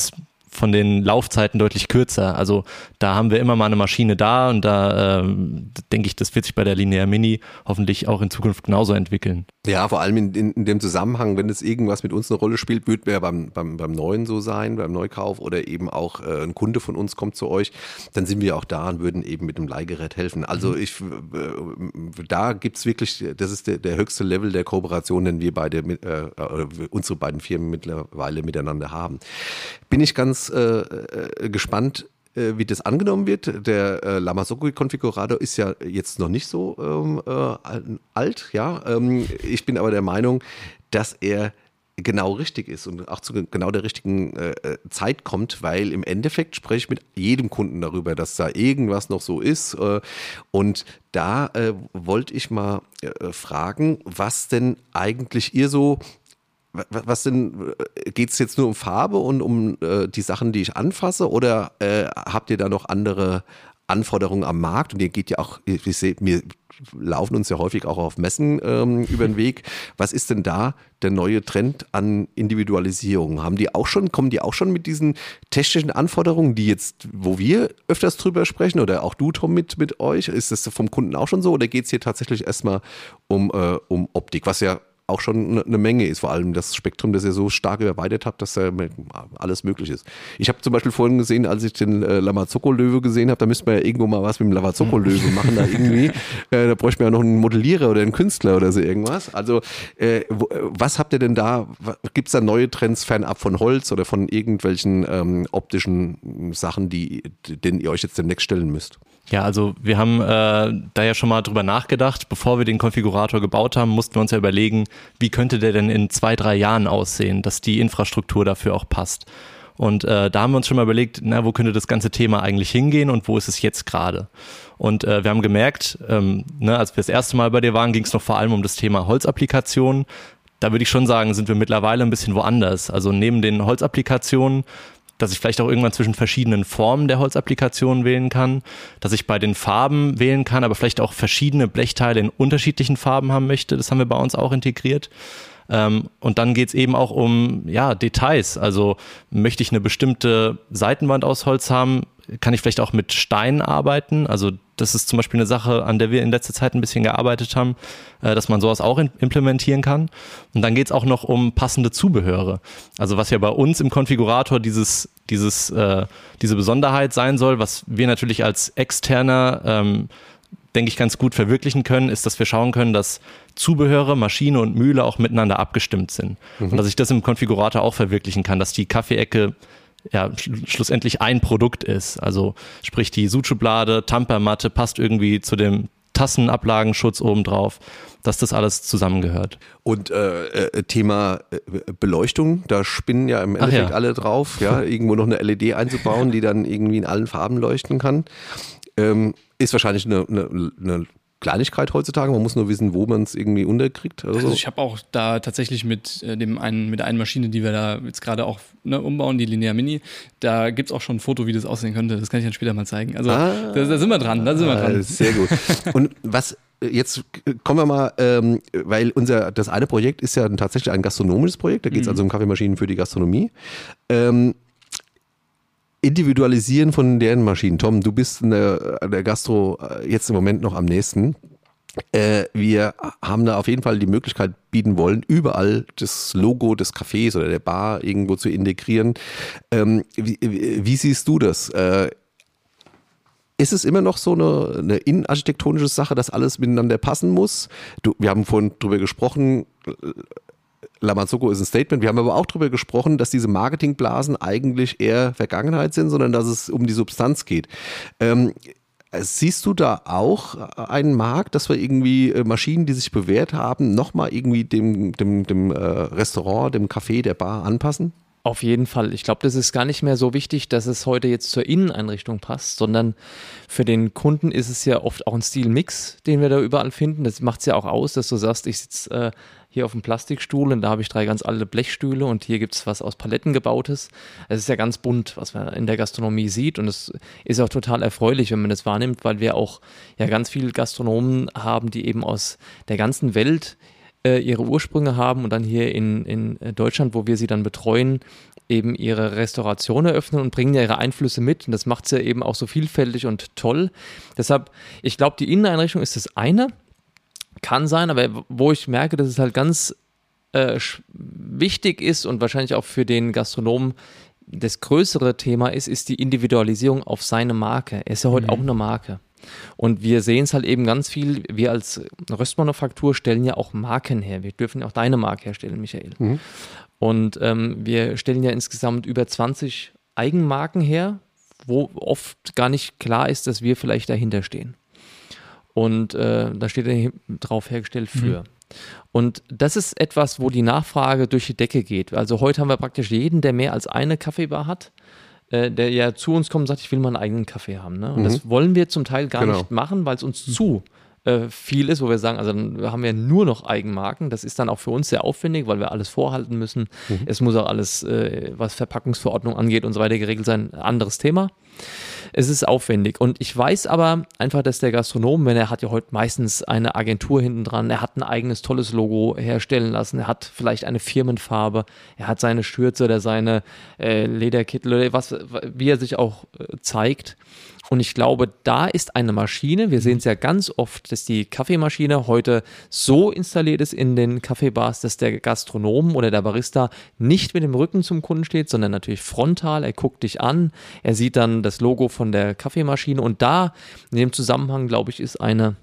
von den Laufzeiten deutlich kürzer. Also da haben wir immer mal eine Maschine da und da ähm, denke ich, das wird sich bei der Linear Mini hoffentlich auch in Zukunft genauso entwickeln. Ja, vor allem in, in, in dem Zusammenhang, wenn es irgendwas mit uns eine Rolle spielt, wird wir beim, beim, beim Neuen so sein, beim Neukauf oder eben auch äh, ein Kunde von uns kommt zu euch, dann sind wir auch da und würden eben mit dem Leihgerät helfen. Also ich, äh, da gibt's wirklich, das ist der, der höchste Level der Kooperation, den wir beide, mit, äh, oder unsere beiden Firmen mittlerweile miteinander haben. Bin ich ganz äh, gespannt, wie das angenommen wird. Der äh, LlamaSoco-Konfigurator ist ja jetzt noch nicht so ähm, äh, alt, ja. Ähm, ich bin aber der Meinung, dass er genau richtig ist und auch zu genau der richtigen äh, Zeit kommt, weil im Endeffekt spreche ich mit jedem Kunden darüber, dass da irgendwas noch so ist. Äh, und da äh, wollte ich mal äh, fragen, was denn eigentlich ihr so Was denn, geht es jetzt nur um Farbe und um äh, die Sachen, die ich anfasse, oder äh, habt ihr da noch andere Anforderungen am Markt? Und ihr geht ja auch, ich sehe, wir laufen uns ja häufig auch auf Messen ähm, über den Weg. Was ist denn da der neue Trend an Individualisierung? Haben die auch schon, kommen die auch schon mit diesen technischen Anforderungen, die jetzt, wo wir öfters drüber sprechen, oder auch du, Tom, mit, mit euch? Ist das vom Kunden auch schon so, oder geht es hier tatsächlich erstmal um, äh, um Optik, was ja auch schon eine Menge ist, vor allem das Spektrum, das ihr so stark erweitert habt, dass da alles möglich ist. Ich habe zum Beispiel vorhin gesehen, als ich den äh, LlamaSoco-Löwe gesehen habe, da müsste man ja irgendwo mal was mit dem LlamaSoco-Löwe machen, da irgendwie. Äh, da bräuchte man ja noch einen Modellierer oder einen Künstler oder so irgendwas. Also äh, wo, was habt ihr denn da, gibt es da neue Trends fernab von Holz oder von irgendwelchen ähm, optischen Sachen, die, denen ihr euch jetzt demnächst stellen müsst? Ja, also wir haben äh, da ja schon mal drüber nachgedacht. Bevor wir den Konfigurator gebaut haben, mussten wir uns ja überlegen, wie könnte der denn in zwei, drei Jahren aussehen, dass die Infrastruktur dafür auch passt. Und äh, da haben wir uns schon mal überlegt, na, wo könnte das ganze Thema eigentlich hingehen und wo ist es jetzt gerade? Und äh, wir haben gemerkt, ähm, ne, als wir das erste Mal bei dir waren, ging es noch vor allem um das Thema Holzapplikationen. Da würde ich schon sagen, sind wir mittlerweile ein bisschen woanders. Also neben den Holzapplikationen, dass ich vielleicht auch irgendwann zwischen verschiedenen Formen der Holzapplikationen wählen kann, dass ich bei den Farben wählen kann, aber vielleicht auch verschiedene Blechteile in unterschiedlichen Farben haben möchte. Das haben wir bei uns auch integriert. Ähm, und dann geht es eben auch um ja, Details. Also möchte ich eine bestimmte Seitenwand aus Holz haben, kann ich vielleicht auch mit Stein arbeiten. Also das ist zum Beispiel eine Sache, an der wir in letzter Zeit ein bisschen gearbeitet haben, äh, dass man sowas auch in, implementieren kann. Und dann geht es auch noch um passende Zubehöre. Also was ja bei uns im Konfigurator dieses, dieses, äh, diese Besonderheit sein soll, was wir natürlich als Externer ähm, denke ich, ganz gut verwirklichen können, ist, dass wir schauen können, dass Zubehöre, Maschine und Mühle auch miteinander abgestimmt sind. Mhm. Und dass ich das im Konfigurator auch verwirklichen kann, dass die Kaffeeecke ja sch- schlussendlich ein Produkt ist. Also sprich die Sudschublade, Tampermatte passt irgendwie zu dem Tassenablagenschutz obendrauf, dass das alles zusammengehört. Und äh, äh, Thema äh, Beleuchtung, da spinnen ja im Endeffekt ja. alle drauf, ja, irgendwo noch eine L E D einzubauen, die dann irgendwie in allen Farben leuchten kann. Ähm, ist wahrscheinlich eine, eine, eine Kleinigkeit heutzutage, man muss nur wissen, wo man es irgendwie unterkriegt. Also, also ich habe auch da tatsächlich mit äh, dem einen, mit der einen Maschine, die wir da jetzt gerade auch ne, umbauen, die Linear Mini, da gibt es auch schon ein Foto, wie das aussehen könnte. Das kann ich dann später mal zeigen. Also ah, da, da sind wir dran, da sind wir dran. Sehr gut. Und was jetzt kommen wir mal, ähm, weil unser das eine Projekt ist ja tatsächlich ein gastronomisches Projekt, da geht es mhm. also um Kaffeemaschinen für die Gastronomie. Ähm, Individualisieren von deren Maschinen. Tom, du bist in der, in der Gastro jetzt im Moment noch am nächsten. Äh, wir haben da auf jeden Fall die Möglichkeit bieten wollen, überall das Logo des Cafés oder der Bar irgendwo zu integrieren. Ähm, wie, wie, wie siehst du das? Äh, ist es immer noch so eine, eine innenarchitektonische Sache, dass alles miteinander passen muss? Du, wir haben vorhin drüber gesprochen, LlamaSoco ist ein Statement. Wir haben aber auch darüber gesprochen, dass diese Marketingblasen eigentlich eher Vergangenheit sind, sondern dass es um die Substanz geht. Ähm, siehst du da auch einen Markt, dass wir irgendwie Maschinen, die sich bewährt haben, nochmal irgendwie dem, dem, dem äh, Restaurant, dem Café, der Bar anpassen? Auf jeden Fall. Ich glaube, das ist gar nicht mehr so wichtig, dass es heute jetzt zur Inneneinrichtung passt, sondern für den Kunden ist es ja oft auch ein Stilmix, den wir da überall finden. Das macht es ja auch aus, dass du sagst, ich sitze äh, hier auf dem Plastikstuhl und da habe ich drei ganz alte Blechstühle und hier gibt es was aus Paletten gebautes. Es ist ja ganz bunt, was man in der Gastronomie sieht, und es ist auch total erfreulich, wenn man das wahrnimmt, weil wir auch ja ganz viele Gastronomen haben, die eben aus der ganzen Welt äh, ihre Ursprünge haben und dann hier in, in Deutschland, wo wir sie dann betreuen, eben ihre Restauration eröffnen und bringen ja ihre Einflüsse mit. Und das macht es ja eben auch so vielfältig und toll. Deshalb, ich glaube, die Inneneinrichtung ist das eine. Kann sein, aber wo ich merke, dass es halt ganz äh, wichtig ist und wahrscheinlich auch für den Gastronomen das größere Thema ist, ist die Individualisierung auf seine Marke. Er ist ja heute mhm. auch eine Marke. Und wir sehen es halt eben ganz viel, wir als Röstmanufaktur stellen ja auch Marken her. Wir dürfen ja auch deine Marke herstellen, Michael. Mhm. Und ähm, wir stellen ja insgesamt über zwanzig Eigenmarken her, wo oft gar nicht klar ist, dass wir vielleicht dahinter stehen. Und äh, da steht dann drauf hergestellt für. Mhm. Und das ist etwas, wo die Nachfrage durch die Decke geht. Also heute haben wir praktisch jeden, der mehr als eine Kaffeebar hat, äh, der ja zu uns kommt und sagt, ich will mal einen eigenen Kaffee haben. Ne? Und mhm. das wollen wir zum Teil gar genau. nicht machen, weil es uns mhm. zu äh, viel ist, wo wir sagen, also dann haben wir nur noch Eigenmarken. Das ist dann auch für uns sehr aufwendig, weil wir alles vorhalten müssen. Mhm. Es muss auch alles, äh, was Verpackungsverordnung angeht und so weiter, geregelt sein. Anderes Thema. Es ist aufwendig und ich weiß aber einfach, dass der Gastronom, wenn er hat ja heute meistens eine Agentur hinten dran, er hat ein eigenes tolles Logo herstellen lassen, er hat vielleicht eine Firmenfarbe, er hat seine Schürze oder seine äh, Lederkittel oder was, wie er sich auch äh, zeigt. Und ich glaube, da ist eine Maschine, wir sehen es ja ganz oft, dass die Kaffeemaschine heute so installiert ist in den Kaffeebars, dass der Gastronom oder der Barista nicht mit dem Rücken zum Kunden steht, sondern natürlich frontal, er guckt dich an, er sieht dann das Logo von der Kaffeemaschine und da in dem Zusammenhang, glaube ich, ist eine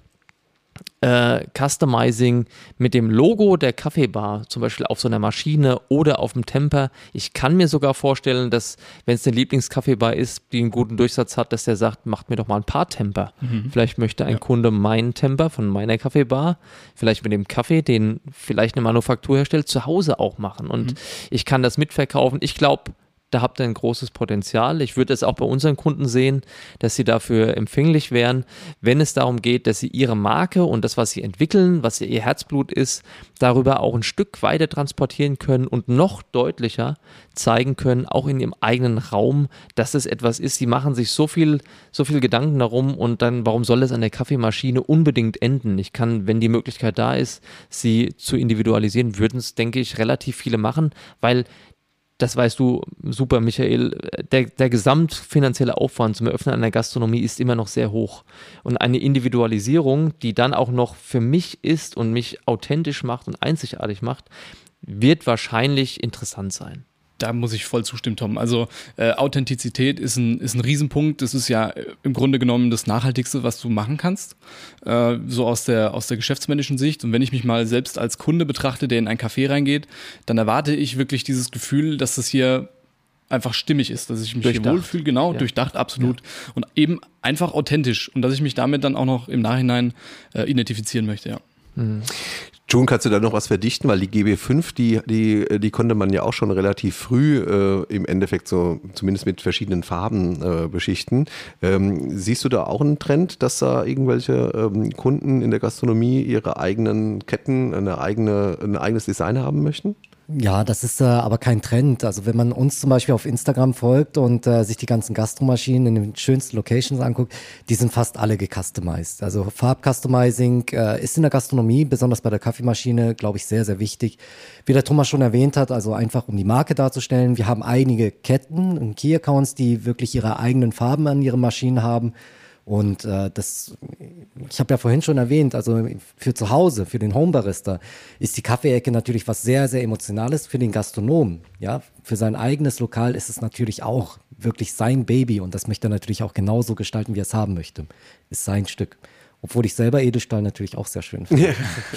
Äh, Customizing mit dem Logo der Kaffeebar, zum Beispiel auf so einer Maschine oder auf dem Temper. Ich kann mir sogar vorstellen, dass, wenn es eine Lieblingskaffeebar ist, die einen guten Durchsatz hat, dass der sagt, macht mir doch mal ein paar Temper. Mhm. Vielleicht möchte ein ja. Kunde meinen Temper von meiner Kaffeebar, vielleicht mit dem Kaffee, den vielleicht eine Manufaktur herstellt, zu Hause auch machen. Und mhm. ich kann das mitverkaufen. Ich glaube, da habt ihr ein großes Potenzial. Ich würde es auch bei unseren Kunden sehen, dass sie dafür empfänglich wären, wenn es darum geht, dass sie ihre Marke und das, was sie entwickeln, was ihr Herzblut ist, darüber auch ein Stück weiter transportieren können und noch deutlicher zeigen können, auch in ihrem eigenen Raum, dass es etwas ist. Sie machen sich so viel, so viel Gedanken darum und dann, warum soll es an der Kaffeemaschine unbedingt enden? Ich kann, wenn die Möglichkeit da ist, sie zu individualisieren, würden es, denke ich, relativ viele machen, weil das weißt du super, Michael, der, der gesamtfinanzielle Aufwand zum Eröffnen einer Gastronomie ist immer noch sehr hoch. Und eine Individualisierung, die dann auch noch für mich ist und mich authentisch macht und einzigartig macht, wird wahrscheinlich interessant sein. Da muss ich voll zustimmen, Tom. Also äh, Authentizität ist ein, ist ein Riesenpunkt. Das ist ja äh, im Grunde genommen das Nachhaltigste, was du machen kannst, äh, so aus der, aus der geschäftsmännischen Sicht. Und wenn ich mich mal selbst als Kunde betrachte, der in ein Café reingeht, dann erwarte ich wirklich dieses Gefühl, dass das hier einfach stimmig ist, dass ich mich durchdacht. Hier wohlfühle, genau, ja. durchdacht, absolut. Ja. Und eben einfach authentisch und dass ich mich damit dann auch noch im Nachhinein äh, identifizieren möchte, ja. Mhm. June, kannst du da noch was verdichten? Weil die G B fünf, die, die, die konnte man ja auch schon relativ früh äh, im Endeffekt so zumindest mit verschiedenen Farben äh, beschichten. Ähm, siehst du da auch einen Trend, dass da irgendwelche ähm, Kunden in der Gastronomie ihre eigenen Ketten, eine eigene, ein eigenes Design haben möchten? Ja, das ist äh, aber kein Trend. Also wenn man uns zum Beispiel auf Instagram folgt und äh, sich die ganzen Gastromaschinen in den schönsten Locations anguckt, die sind fast alle gecustomized. Also Farb-Customizing äh, ist in der Gastronomie, besonders bei der Kaffeemaschine, glaube ich, sehr, sehr wichtig. Wie der Thomas schon erwähnt hat, also einfach um die Marke darzustellen. Wir haben einige Ketten und Key-Accounts, die wirklich ihre eigenen Farben an ihren Maschinen haben. Und äh, das, ich habe ja vorhin schon erwähnt, also für zu Hause, für den Homebarista ist die Kaffeeecke natürlich was sehr, sehr Emotionales für den Gastronomen. Ja, für sein eigenes Lokal ist es natürlich auch wirklich sein Baby und das möchte er natürlich auch genauso gestalten, wie er es haben möchte. Ist sein Stück. Obwohl ich selber Edelstahl natürlich auch sehr schön finde.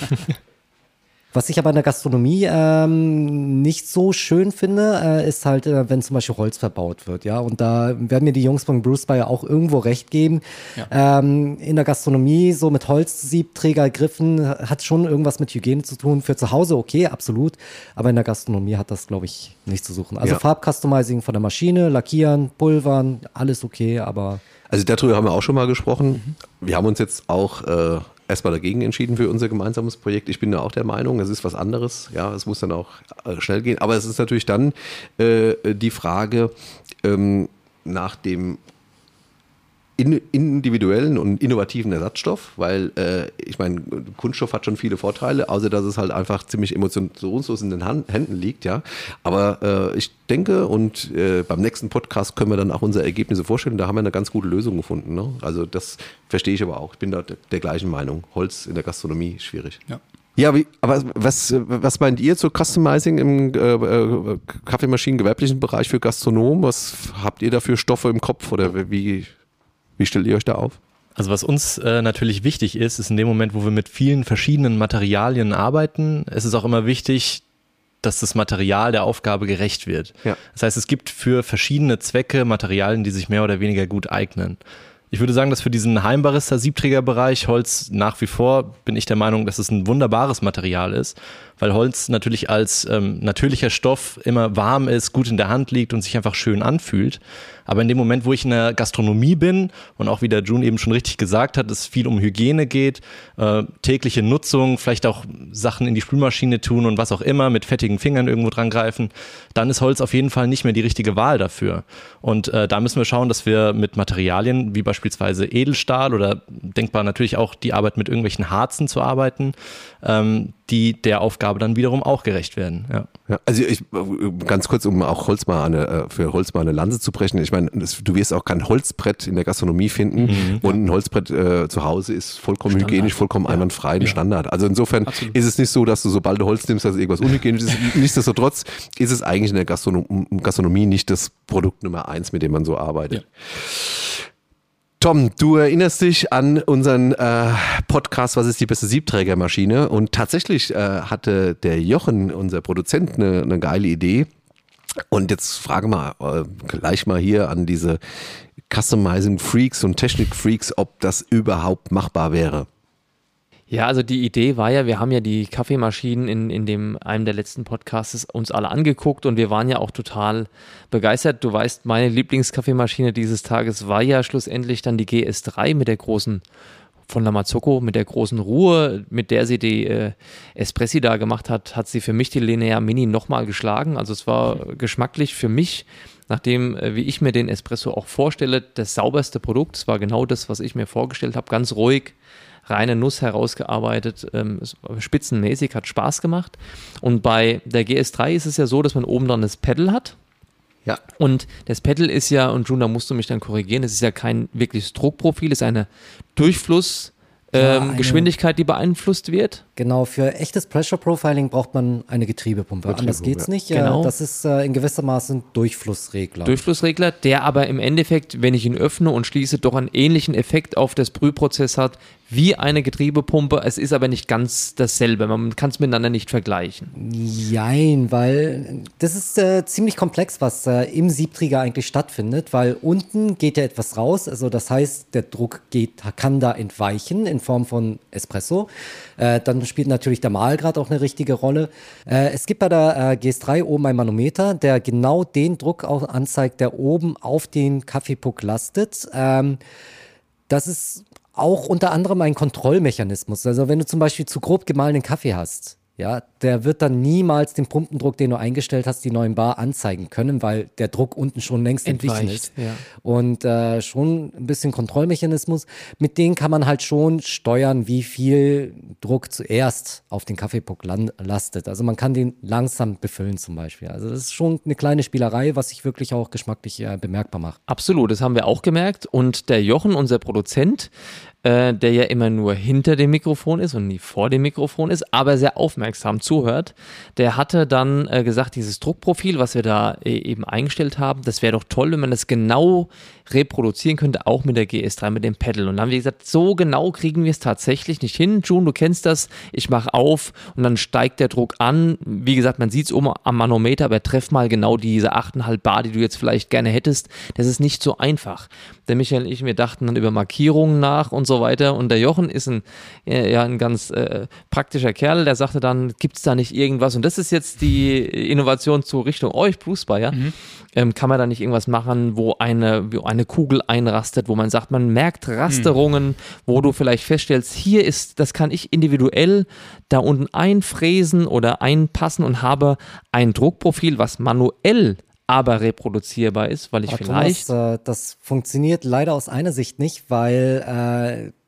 Was ich aber in der Gastronomie ähm, nicht so schön finde, äh, ist halt, äh, wenn zum Beispiel Holz verbaut wird, ja. Und da werden mir die Jungs von Bruce Bayer auch irgendwo recht geben. Ja. Ähm, in der Gastronomie so mit Holzsiebträgergriffen hat schon irgendwas mit Hygiene zu tun. Für zu Hause okay, absolut. Aber in der Gastronomie hat das, glaube ich, nichts zu suchen. Also ja. Farb-Customizing von der Maschine, Lackieren, Pulvern, alles okay, aber... Also darüber haben wir auch schon mal gesprochen. Mhm. Wir haben uns jetzt auch... Äh erstmal dagegen entschieden für unser gemeinsames Projekt. Ich bin da auch der Meinung, es ist was anderes. Ja, es muss dann auch äh, schnell gehen. Aber es ist natürlich dann äh, die Frage ähm, nach dem in in, individuellen und innovativen Ersatzstoff, weil äh, ich meine, Kunststoff hat schon viele Vorteile, außer dass es halt einfach ziemlich emotionslos in den Hand, Händen liegt, ja. Aber äh, ich denke und äh, beim nächsten Podcast können wir dann auch unsere Ergebnisse vorstellen. Da haben wir eine ganz gute Lösung gefunden. Ne? Also das verstehe ich aber auch. Ich bin da der, der gleichen Meinung. Holz in der Gastronomie, schwierig. Ja. Ja, wie, aber was, was meint ihr zu Customizing im äh, äh, Kaffeemaschinen-gewerblichen Bereich für Gastronomen? Was habt ihr da für Stoffe im Kopf oder wie, wie stellt ihr euch da auf? Also was uns äh, natürlich wichtig ist, ist in dem Moment, wo wir mit vielen verschiedenen Materialien arbeiten, ist es auch immer wichtig, dass das Material der Aufgabe gerecht wird. Ja. Das heißt, es gibt für verschiedene Zwecke Materialien, die sich mehr oder weniger gut eignen. Ich würde sagen, dass für diesen Heimbarista-Siebträgerbereich Holz nach wie vor, bin ich der Meinung, dass es ein wunderbares Material ist, weil Holz natürlich als ähm, natürlicher Stoff immer warm ist, gut in der Hand liegt und sich einfach schön anfühlt. Aber in dem Moment, wo ich in der Gastronomie bin und auch wie der June eben schon richtig gesagt hat, es viel um Hygiene geht, äh, tägliche Nutzung, vielleicht auch Sachen in die Spülmaschine tun und was auch immer, mit fettigen Fingern irgendwo dran greifen, dann ist Holz auf jeden Fall nicht mehr die richtige Wahl dafür. Und äh, da müssen wir schauen, dass wir mit Materialien wie beispielsweise Edelstahl oder denkbar natürlich auch die Arbeit mit irgendwelchen Harzen zu arbeiten, ähm, die der Aufgabe dann wiederum auch gerecht werden. Ja. Ja, also ich ganz kurz, um auch Holz mal eine, für Holz mal eine Lanze zu brechen. Ich meine, du wirst auch kein Holzbrett in der Gastronomie finden mhm, und ja. ein Holzbrett äh, zu Hause ist vollkommen Standard. hygienisch, vollkommen ja. einwandfrei, ein ja. Standard. Also insofern Absolut. ist es nicht so, dass du sobald du Holz nimmst, dass irgendwas unhygienisch ist. Nichtsdestotrotz ist es eigentlich in der Gastronom- Gastronomie nicht das Produkt Nummer eins, mit dem man so arbeitet. Ja. Tom, du erinnerst dich an unseren äh, Podcast, was ist die beste Siebträgermaschine? Und tatsächlich äh, hatte der Jochen, unser Produzent, eine, eine geile Idee. Und jetzt frage mal äh, gleich mal hier an diese Customizing Freaks und Technik Freaks, ob das überhaupt machbar wäre. Ja, also die Idee war ja, wir haben ja die Kaffeemaschinen in, in dem, einem der letzten Podcasts uns alle angeguckt und wir waren ja auch total begeistert. Du weißt, meine Lieblingskaffeemaschine dieses Tages war ja schlussendlich dann die G S drei mit der großen, von La Marzocco, mit der großen Ruhe, mit der sie die äh, Espressi da gemacht hat, hat sie für mich die Linear Mini nochmal geschlagen. Also es war geschmacklich für mich, nachdem, äh, wie ich mir den Espresso auch vorstelle, das sauberste Produkt. Es war genau das, was ich mir vorgestellt habe, ganz ruhig, reine Nuss herausgearbeitet, ähm, spitzenmäßig, hat Spaß gemacht. Und bei der G S drei ist es ja so, dass man oben dann das Pedal hat. Ja. Und das Pedal ist ja, und June, da musst du mich dann korrigieren, es ist ja kein wirkliches Druckprofil, es ist eine Durchfluss- Ja, ähm, eine, Geschwindigkeit, die beeinflusst wird. Genau, für echtes Pressure Profiling braucht man eine Getriebepumpe. Getriebepumpe Anders geht's ja. nicht. Genau. Das ist äh, in gewisser Maße ein Durchflussregler. Durchflussregler, der aber im Endeffekt, wenn ich ihn öffne und schließe, doch einen ähnlichen Effekt auf das Brühprozess hat wie eine Getriebepumpe. Es ist aber nicht ganz dasselbe. Man kann es miteinander nicht vergleichen. Jein, weil das ist äh, ziemlich komplex, was äh, im Siebträger eigentlich stattfindet, weil unten geht ja etwas raus. Also das heißt, der Druck geht, kann da entweichen in Form von Espresso. Äh, dann spielt natürlich der Mahlgrad auch eine richtige Rolle. Äh, es gibt bei der äh, G S drei oben ein Manometer, der genau den Druck auch anzeigt, der oben auf den Kaffeepuck lastet. Ähm, das ist auch unter anderem ein Kontrollmechanismus. Also wenn du zum Beispiel zu grob gemahlenen Kaffee hast, ja, der wird dann niemals den Pumpendruck, den du eingestellt hast, die neuen Bar anzeigen können, weil der Druck unten schon längst entwichen ist. Ja. Und äh, schon ein bisschen Kontrollmechanismus. Mit denen kann man halt schon steuern, wie viel Druck zuerst auf den Kaffeepuck lastet. Also man kann den langsam befüllen zum Beispiel. Also das ist schon eine kleine Spielerei, was sich wirklich auch geschmacklich äh, bemerkbar macht. Absolut, das haben wir auch gemerkt. Und der Jochen, unser Produzent, äh, der ja immer nur hinter dem Mikrofon ist und nie vor dem Mikrofon ist, aber sehr aufmerksam zuhört, der hatte dann äh, gesagt, dieses Druckprofil, was wir da äh, eben eingestellt haben, das wäre doch toll, wenn man das genau reproduzieren könnte, auch mit der G S drei, mit dem Pedal. Und dann haben wir gesagt, so genau kriegen wir es tatsächlich nicht hin. June, du kennst das, ich mache auf und dann steigt der Druck an. Wie gesagt, man sieht es oben am Manometer, aber treff mal genau diese acht Komma fünf Bar, die du jetzt vielleicht gerne hättest. Das ist nicht so einfach. Der Michael und ich, wir dachten dann über Markierungen nach und so weiter. Und der Jochen ist ein, ja, ein ganz äh, praktischer Kerl, der sagte dann, gibt es da nicht irgendwas? Und das ist jetzt die Innovation zur Richtung euch, Blues Bar, ja? Mhm. Ähm, kann man da nicht irgendwas machen, wo eine, wo eine Kugel einrastet, wo man sagt, man merkt Rasterungen, mhm. wo du vielleicht feststellst, hier ist, das kann ich individuell da unten einfräsen oder einpassen und habe ein Druckprofil, was manuell aber reproduzierbar ist, weil ich Aber vielleicht... Thomas, äh, das funktioniert leider aus einer Sicht nicht, weil äh,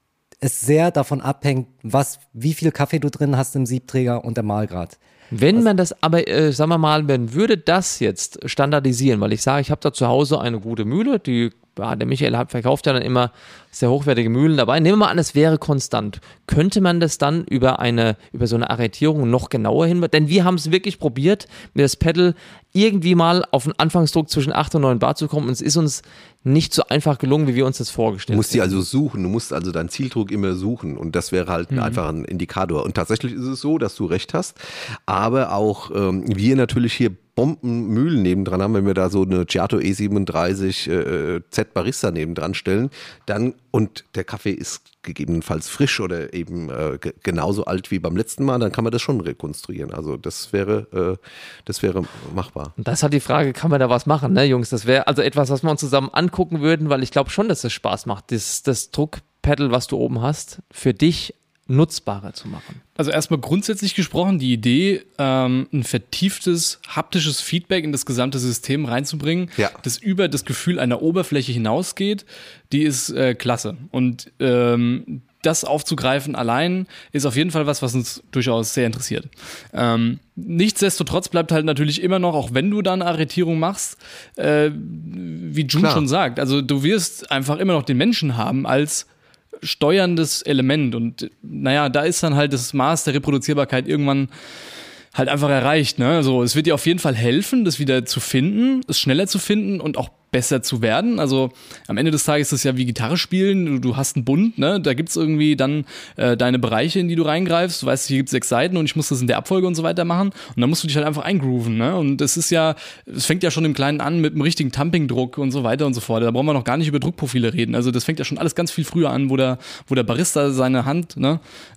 es sehr davon abhängt, was, wie viel Kaffee du drin hast im Siebträger und der Mahlgrad. Wenn man das aber, äh, sagen wir mal, man würde das jetzt standardisieren, weil ich sage, ich habe da zu Hause eine gute Mühle, die, ja, der Michael hat, verkauft ja dann immer sehr hochwertige Mühlen dabei. Nehmen wir mal an, es wäre konstant. Könnte man das dann über eine, über so eine Arretierung noch genauer hin? Denn wir haben es wirklich probiert, mit das Pedal irgendwie mal auf einen Anfangsdruck zwischen acht und neun Bar zu kommen und es ist uns nicht so einfach gelungen, wie wir uns das vorgestellt haben. Du musst die also suchen, du musst also deinen Zieldruck immer suchen und das wäre halt mhm. einfach ein Indikator. Und tatsächlich ist es so, dass du recht hast, aber auch ähm, wir natürlich hier Bombenmühlen nebendran haben, wenn wir da so eine Giotto E siebenunddreißig äh, Z Barista nebendran stellen, dann und der Kaffee ist gegebenenfalls frisch oder eben äh, ge- genauso alt wie beim letzten Mal, dann kann man das schon rekonstruieren. Also das wäre, äh, das wäre machbar. Und das hat die Frage, kann man da was machen, ne, Jungs? Das wäre also etwas, was wir uns zusammen angucken würden, weil ich glaube schon, dass es Spaß macht, das, das Druckpedal, was du oben hast, für dich nutzbarer zu machen. Also erstmal grundsätzlich gesprochen, die Idee, ähm, ein vertieftes haptisches Feedback in das gesamte System reinzubringen, ja. das über das Gefühl einer Oberfläche hinausgeht, die ist äh, klasse. Und ähm, das aufzugreifen allein ist auf jeden Fall was, was uns durchaus sehr interessiert. Ähm, nichtsdestotrotz bleibt halt natürlich immer noch, auch wenn du da eine Arretierung machst, äh, wie June Klar. schon sagt, also du wirst einfach immer noch den Menschen haben als steuerndes Element und naja, da ist dann halt das Maß der Reproduzierbarkeit irgendwann halt einfach erreicht, ne? Also es wird dir auf jeden Fall helfen, das wieder zu finden, es schneller zu finden und auch besser zu werden. Also am Ende des Tages ist es ja wie Gitarre spielen, du, du hast einen Bund, ne? Da gibt's irgendwie dann äh, deine Bereiche, in die du reingreifst. Du weißt, hier gibt's sechs Seiten und ich muss das in der Abfolge und so weiter machen. Und dann musst du dich halt einfach eingrooven, ne? Und es ist ja, es fängt ja schon im Kleinen an mit dem richtigen Tumping-Druck und so weiter und so fort. Da brauchen wir noch gar nicht über Druckprofile reden. Also das fängt ja schon alles ganz viel früher an, wo der, wo der Barista seine Hand, ne,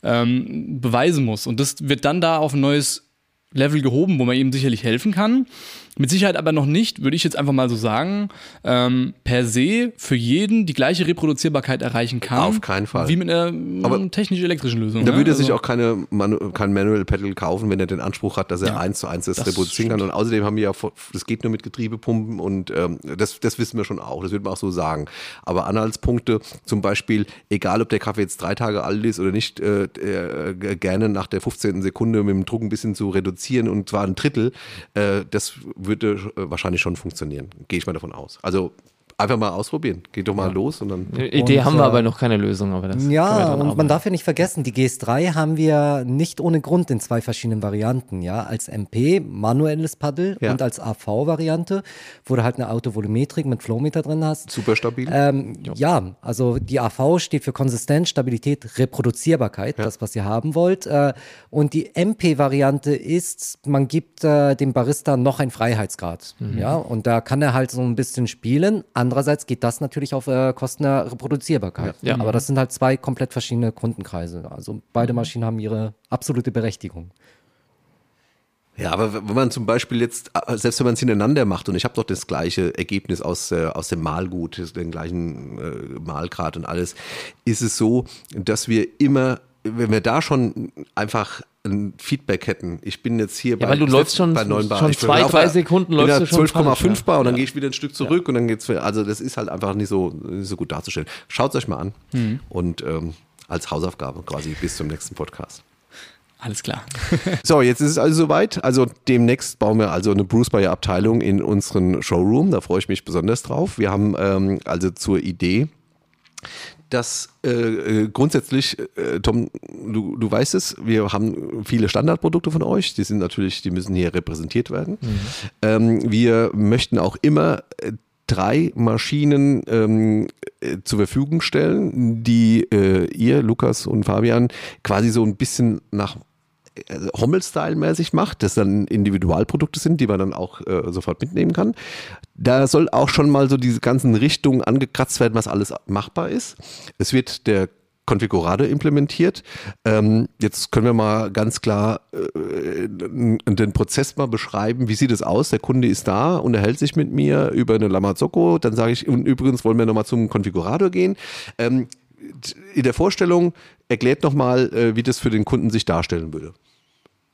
ähm, beweisen muss. Und das wird dann da auf ein neues Level gehoben, wo man ihm sicherlich helfen kann. Mit Sicherheit aber noch nicht, würde ich jetzt einfach mal so sagen, ähm, per se für jeden die gleiche Reproduzierbarkeit erreichen kann. Auf keinen Fall. Wie mit einer technisch-elektrischen Lösung. Da ne? würde er also sich auch keine Manu- kein Manual Pedal kaufen, wenn er den Anspruch hat, dass er Ja, eins zu eins das, das reproduzieren kann. Und außerdem haben wir ja, das geht nur mit Getriebepumpen und ähm, das, das wissen wir schon auch, das würde man auch so sagen. Aber Anhaltspunkte, zum Beispiel, egal ob der Kaffee jetzt drei Tage alt ist oder nicht, äh, äh, gerne nach der fünfzehnten Sekunde mit dem Druck ein bisschen zu reduzieren und zwar ein Drittel, äh, das würde wahrscheinlich schon funktionieren. Gehe ich mal davon aus. Also einfach mal ausprobieren. Geht doch mal ja. los und dann. Eine Idee und, haben wir äh, aber noch keine Lösung. Aber das ja, und man darf ja nicht vergessen, die G S drei haben wir nicht ohne Grund in zwei verschiedenen Varianten. Ja, als M P, manuelles Paddel ja. und als A V-Variante, wo du halt eine Autovolumetrik mit Flowmeter drin hast. Super stabil. Ähm, ja, also die A V steht für Konsistenz, Stabilität, Reproduzierbarkeit, ja. das, was ihr haben wollt. Äh, und die M P-Variante ist, man gibt äh, dem Barista noch einen Freiheitsgrad. Mhm. Ja, und da kann er halt so ein bisschen spielen. Andererseits geht das natürlich auf äh, Kosten der Reproduzierbarkeit. Ja. Aber das sind halt zwei komplett verschiedene Kundenkreise. Also beide Maschinen haben ihre absolute Berechtigung. Ja, aber wenn man zum Beispiel jetzt, selbst wenn man es hintereinander macht und ich habe doch das gleiche Ergebnis aus, äh, aus dem Mahlgut, den gleichen äh, Mahlgrad und alles, ist es so, dass wir immer, wenn wir da schon einfach ein Feedback hätten. Ich bin jetzt hier ja, bei, weil du läufst schon, bei neun Bar. schon ich zwei, drei Sekunden läufst du schon zwölf Komma fünf Bar und ja. dann gehe ich wieder ein Stück zurück ja. und dann geht's, also das ist halt einfach nicht so, nicht so gut darzustellen. Schaut es euch mal an mhm. und ähm, als Hausaufgabe quasi bis zum nächsten Podcast. Alles klar. So, jetzt ist es also soweit. Also demnächst bauen wir also eine Bruce Bayer Abteilung in unseren Showroom. Da freue ich mich besonders drauf. Wir haben ähm, also zur Idee, dass äh, grundsätzlich, äh, Tom, du, du weißt es, wir haben viele Standardprodukte von euch, die sind natürlich, die müssen hier repräsentiert werden. Mhm. Ähm, wir möchten auch immer äh, drei Maschinen ähm, äh, zur Verfügung stellen, die äh, ihr, Lukas und Fabian, quasi so ein bisschen nach Also Hommel-Style-mäßig macht, das dann Individualprodukte sind, die man dann auch äh, sofort mitnehmen kann. Da soll auch schon mal so diese ganzen Richtungen angekratzt werden, was alles machbar ist. Es wird der Konfigurator implementiert. Ähm, jetzt können wir mal ganz klar äh, den Prozess mal beschreiben. Wie sieht es aus? Der Kunde ist da, unterhält sich mit mir über eine Lamazocco. Dann sage ich, und übrigens wollen wir nochmal zum Konfigurator gehen. Ähm, in der Vorstellung erklärt nochmal, äh, wie das für den Kunden sich darstellen würde.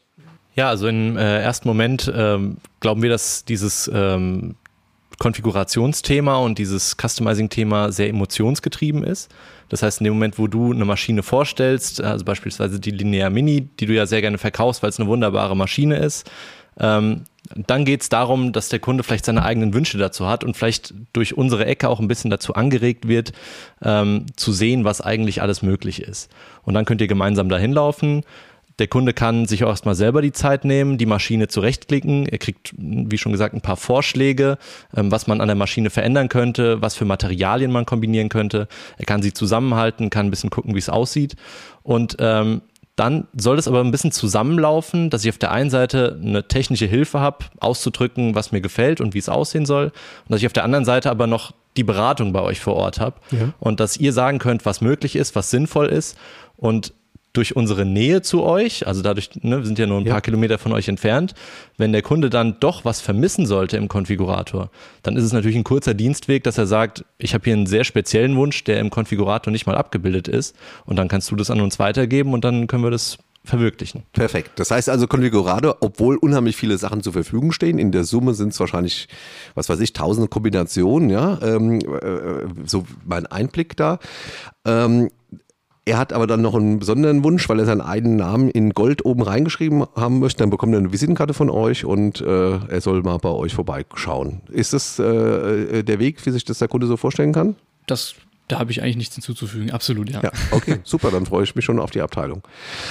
Ja, also im äh, ersten Moment ähm, glauben wir, dass dieses ähm, Konfigurationsthema und dieses Customizing-Thema sehr emotionsgetrieben ist. Das heißt, in dem Moment, wo du eine Maschine vorstellst, also beispielsweise die Linear Mini, die du ja sehr gerne verkaufst, weil es eine wunderbare Maschine ist, ähm, dann geht es darum, dass der Kunde vielleicht seine eigenen Wünsche dazu hat und vielleicht durch unsere Ecke auch ein bisschen dazu angeregt wird, ähm, zu sehen, was eigentlich alles möglich ist. Und dann könnt ihr gemeinsam dahin laufen. Der Kunde kann sich auch erstmal selber die Zeit nehmen, die Maschine zurechtklicken. Er kriegt, wie schon gesagt, ein paar Vorschläge, was man an der Maschine verändern könnte, was für Materialien man kombinieren könnte. Er kann sie zusammenhalten, kann ein bisschen gucken, wie es aussieht. Und ähm, dann soll es aber ein bisschen zusammenlaufen, dass ich auf der einen Seite eine technische Hilfe habe, auszudrücken, was mir gefällt und wie es aussehen soll. Und dass ich auf der anderen Seite aber noch die Beratung bei euch vor Ort habe. Ja. Und dass ihr sagen könnt, was möglich ist, was sinnvoll ist. Und durch unsere Nähe zu euch, also dadurch, ne, wir sind ja nur ein ja. paar Kilometer von euch entfernt, wenn der Kunde dann doch was vermissen sollte im Konfigurator, dann ist es natürlich ein kurzer Dienstweg, dass er sagt, ich habe hier einen sehr speziellen Wunsch, der im Konfigurator nicht mal abgebildet ist, und dann kannst du das an uns weitergeben und dann können wir das verwirklichen. Perfekt. Das heißt also, Konfigurator, obwohl unheimlich viele Sachen zur Verfügung stehen, in der Summe sind es wahrscheinlich, was weiß ich, tausende Kombinationen, ja, ähm, äh, so mein Einblick da. Ähm, Er hat aber dann noch einen besonderen Wunsch, weil er seinen eigenen Namen in Gold oben reingeschrieben haben möchte. Dann bekommt er eine Visitenkarte von euch und äh, er soll mal bei euch vorbeischauen. Ist das äh, der Weg, wie sich das der Kunde so vorstellen kann? Das, da habe ich eigentlich nichts hinzuzufügen. Absolut, ja. Ja, okay, super. Dann freue ich mich schon auf die Abteilung.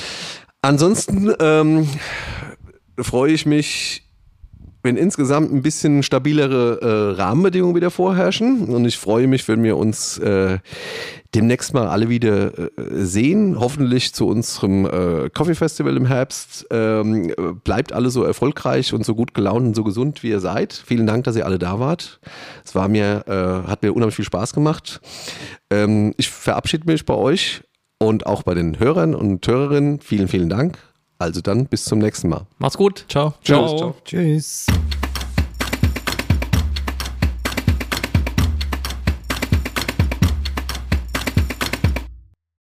Ansonsten ähm, freue ich mich, wenn insgesamt ein bisschen stabilere äh, Rahmenbedingungen wieder vorherrschen. Und ich freue mich, wenn wir uns äh, demnächst mal alle wieder äh, sehen. Hoffentlich zu unserem äh, Coffee Festival im Herbst. Ähm, bleibt alle so erfolgreich und so gut gelaunt und so gesund, wie ihr seid. Vielen Dank, dass ihr alle da wart. Es war mir, äh, hat mir unheimlich viel Spaß gemacht. Ähm, ich verabschiede mich bei euch und auch bei den Hörern und Hörerinnen. Vielen, vielen Dank. Also dann bis zum nächsten Mal. Macht's gut. Ciao. Ciao. Ciao. Tschüss.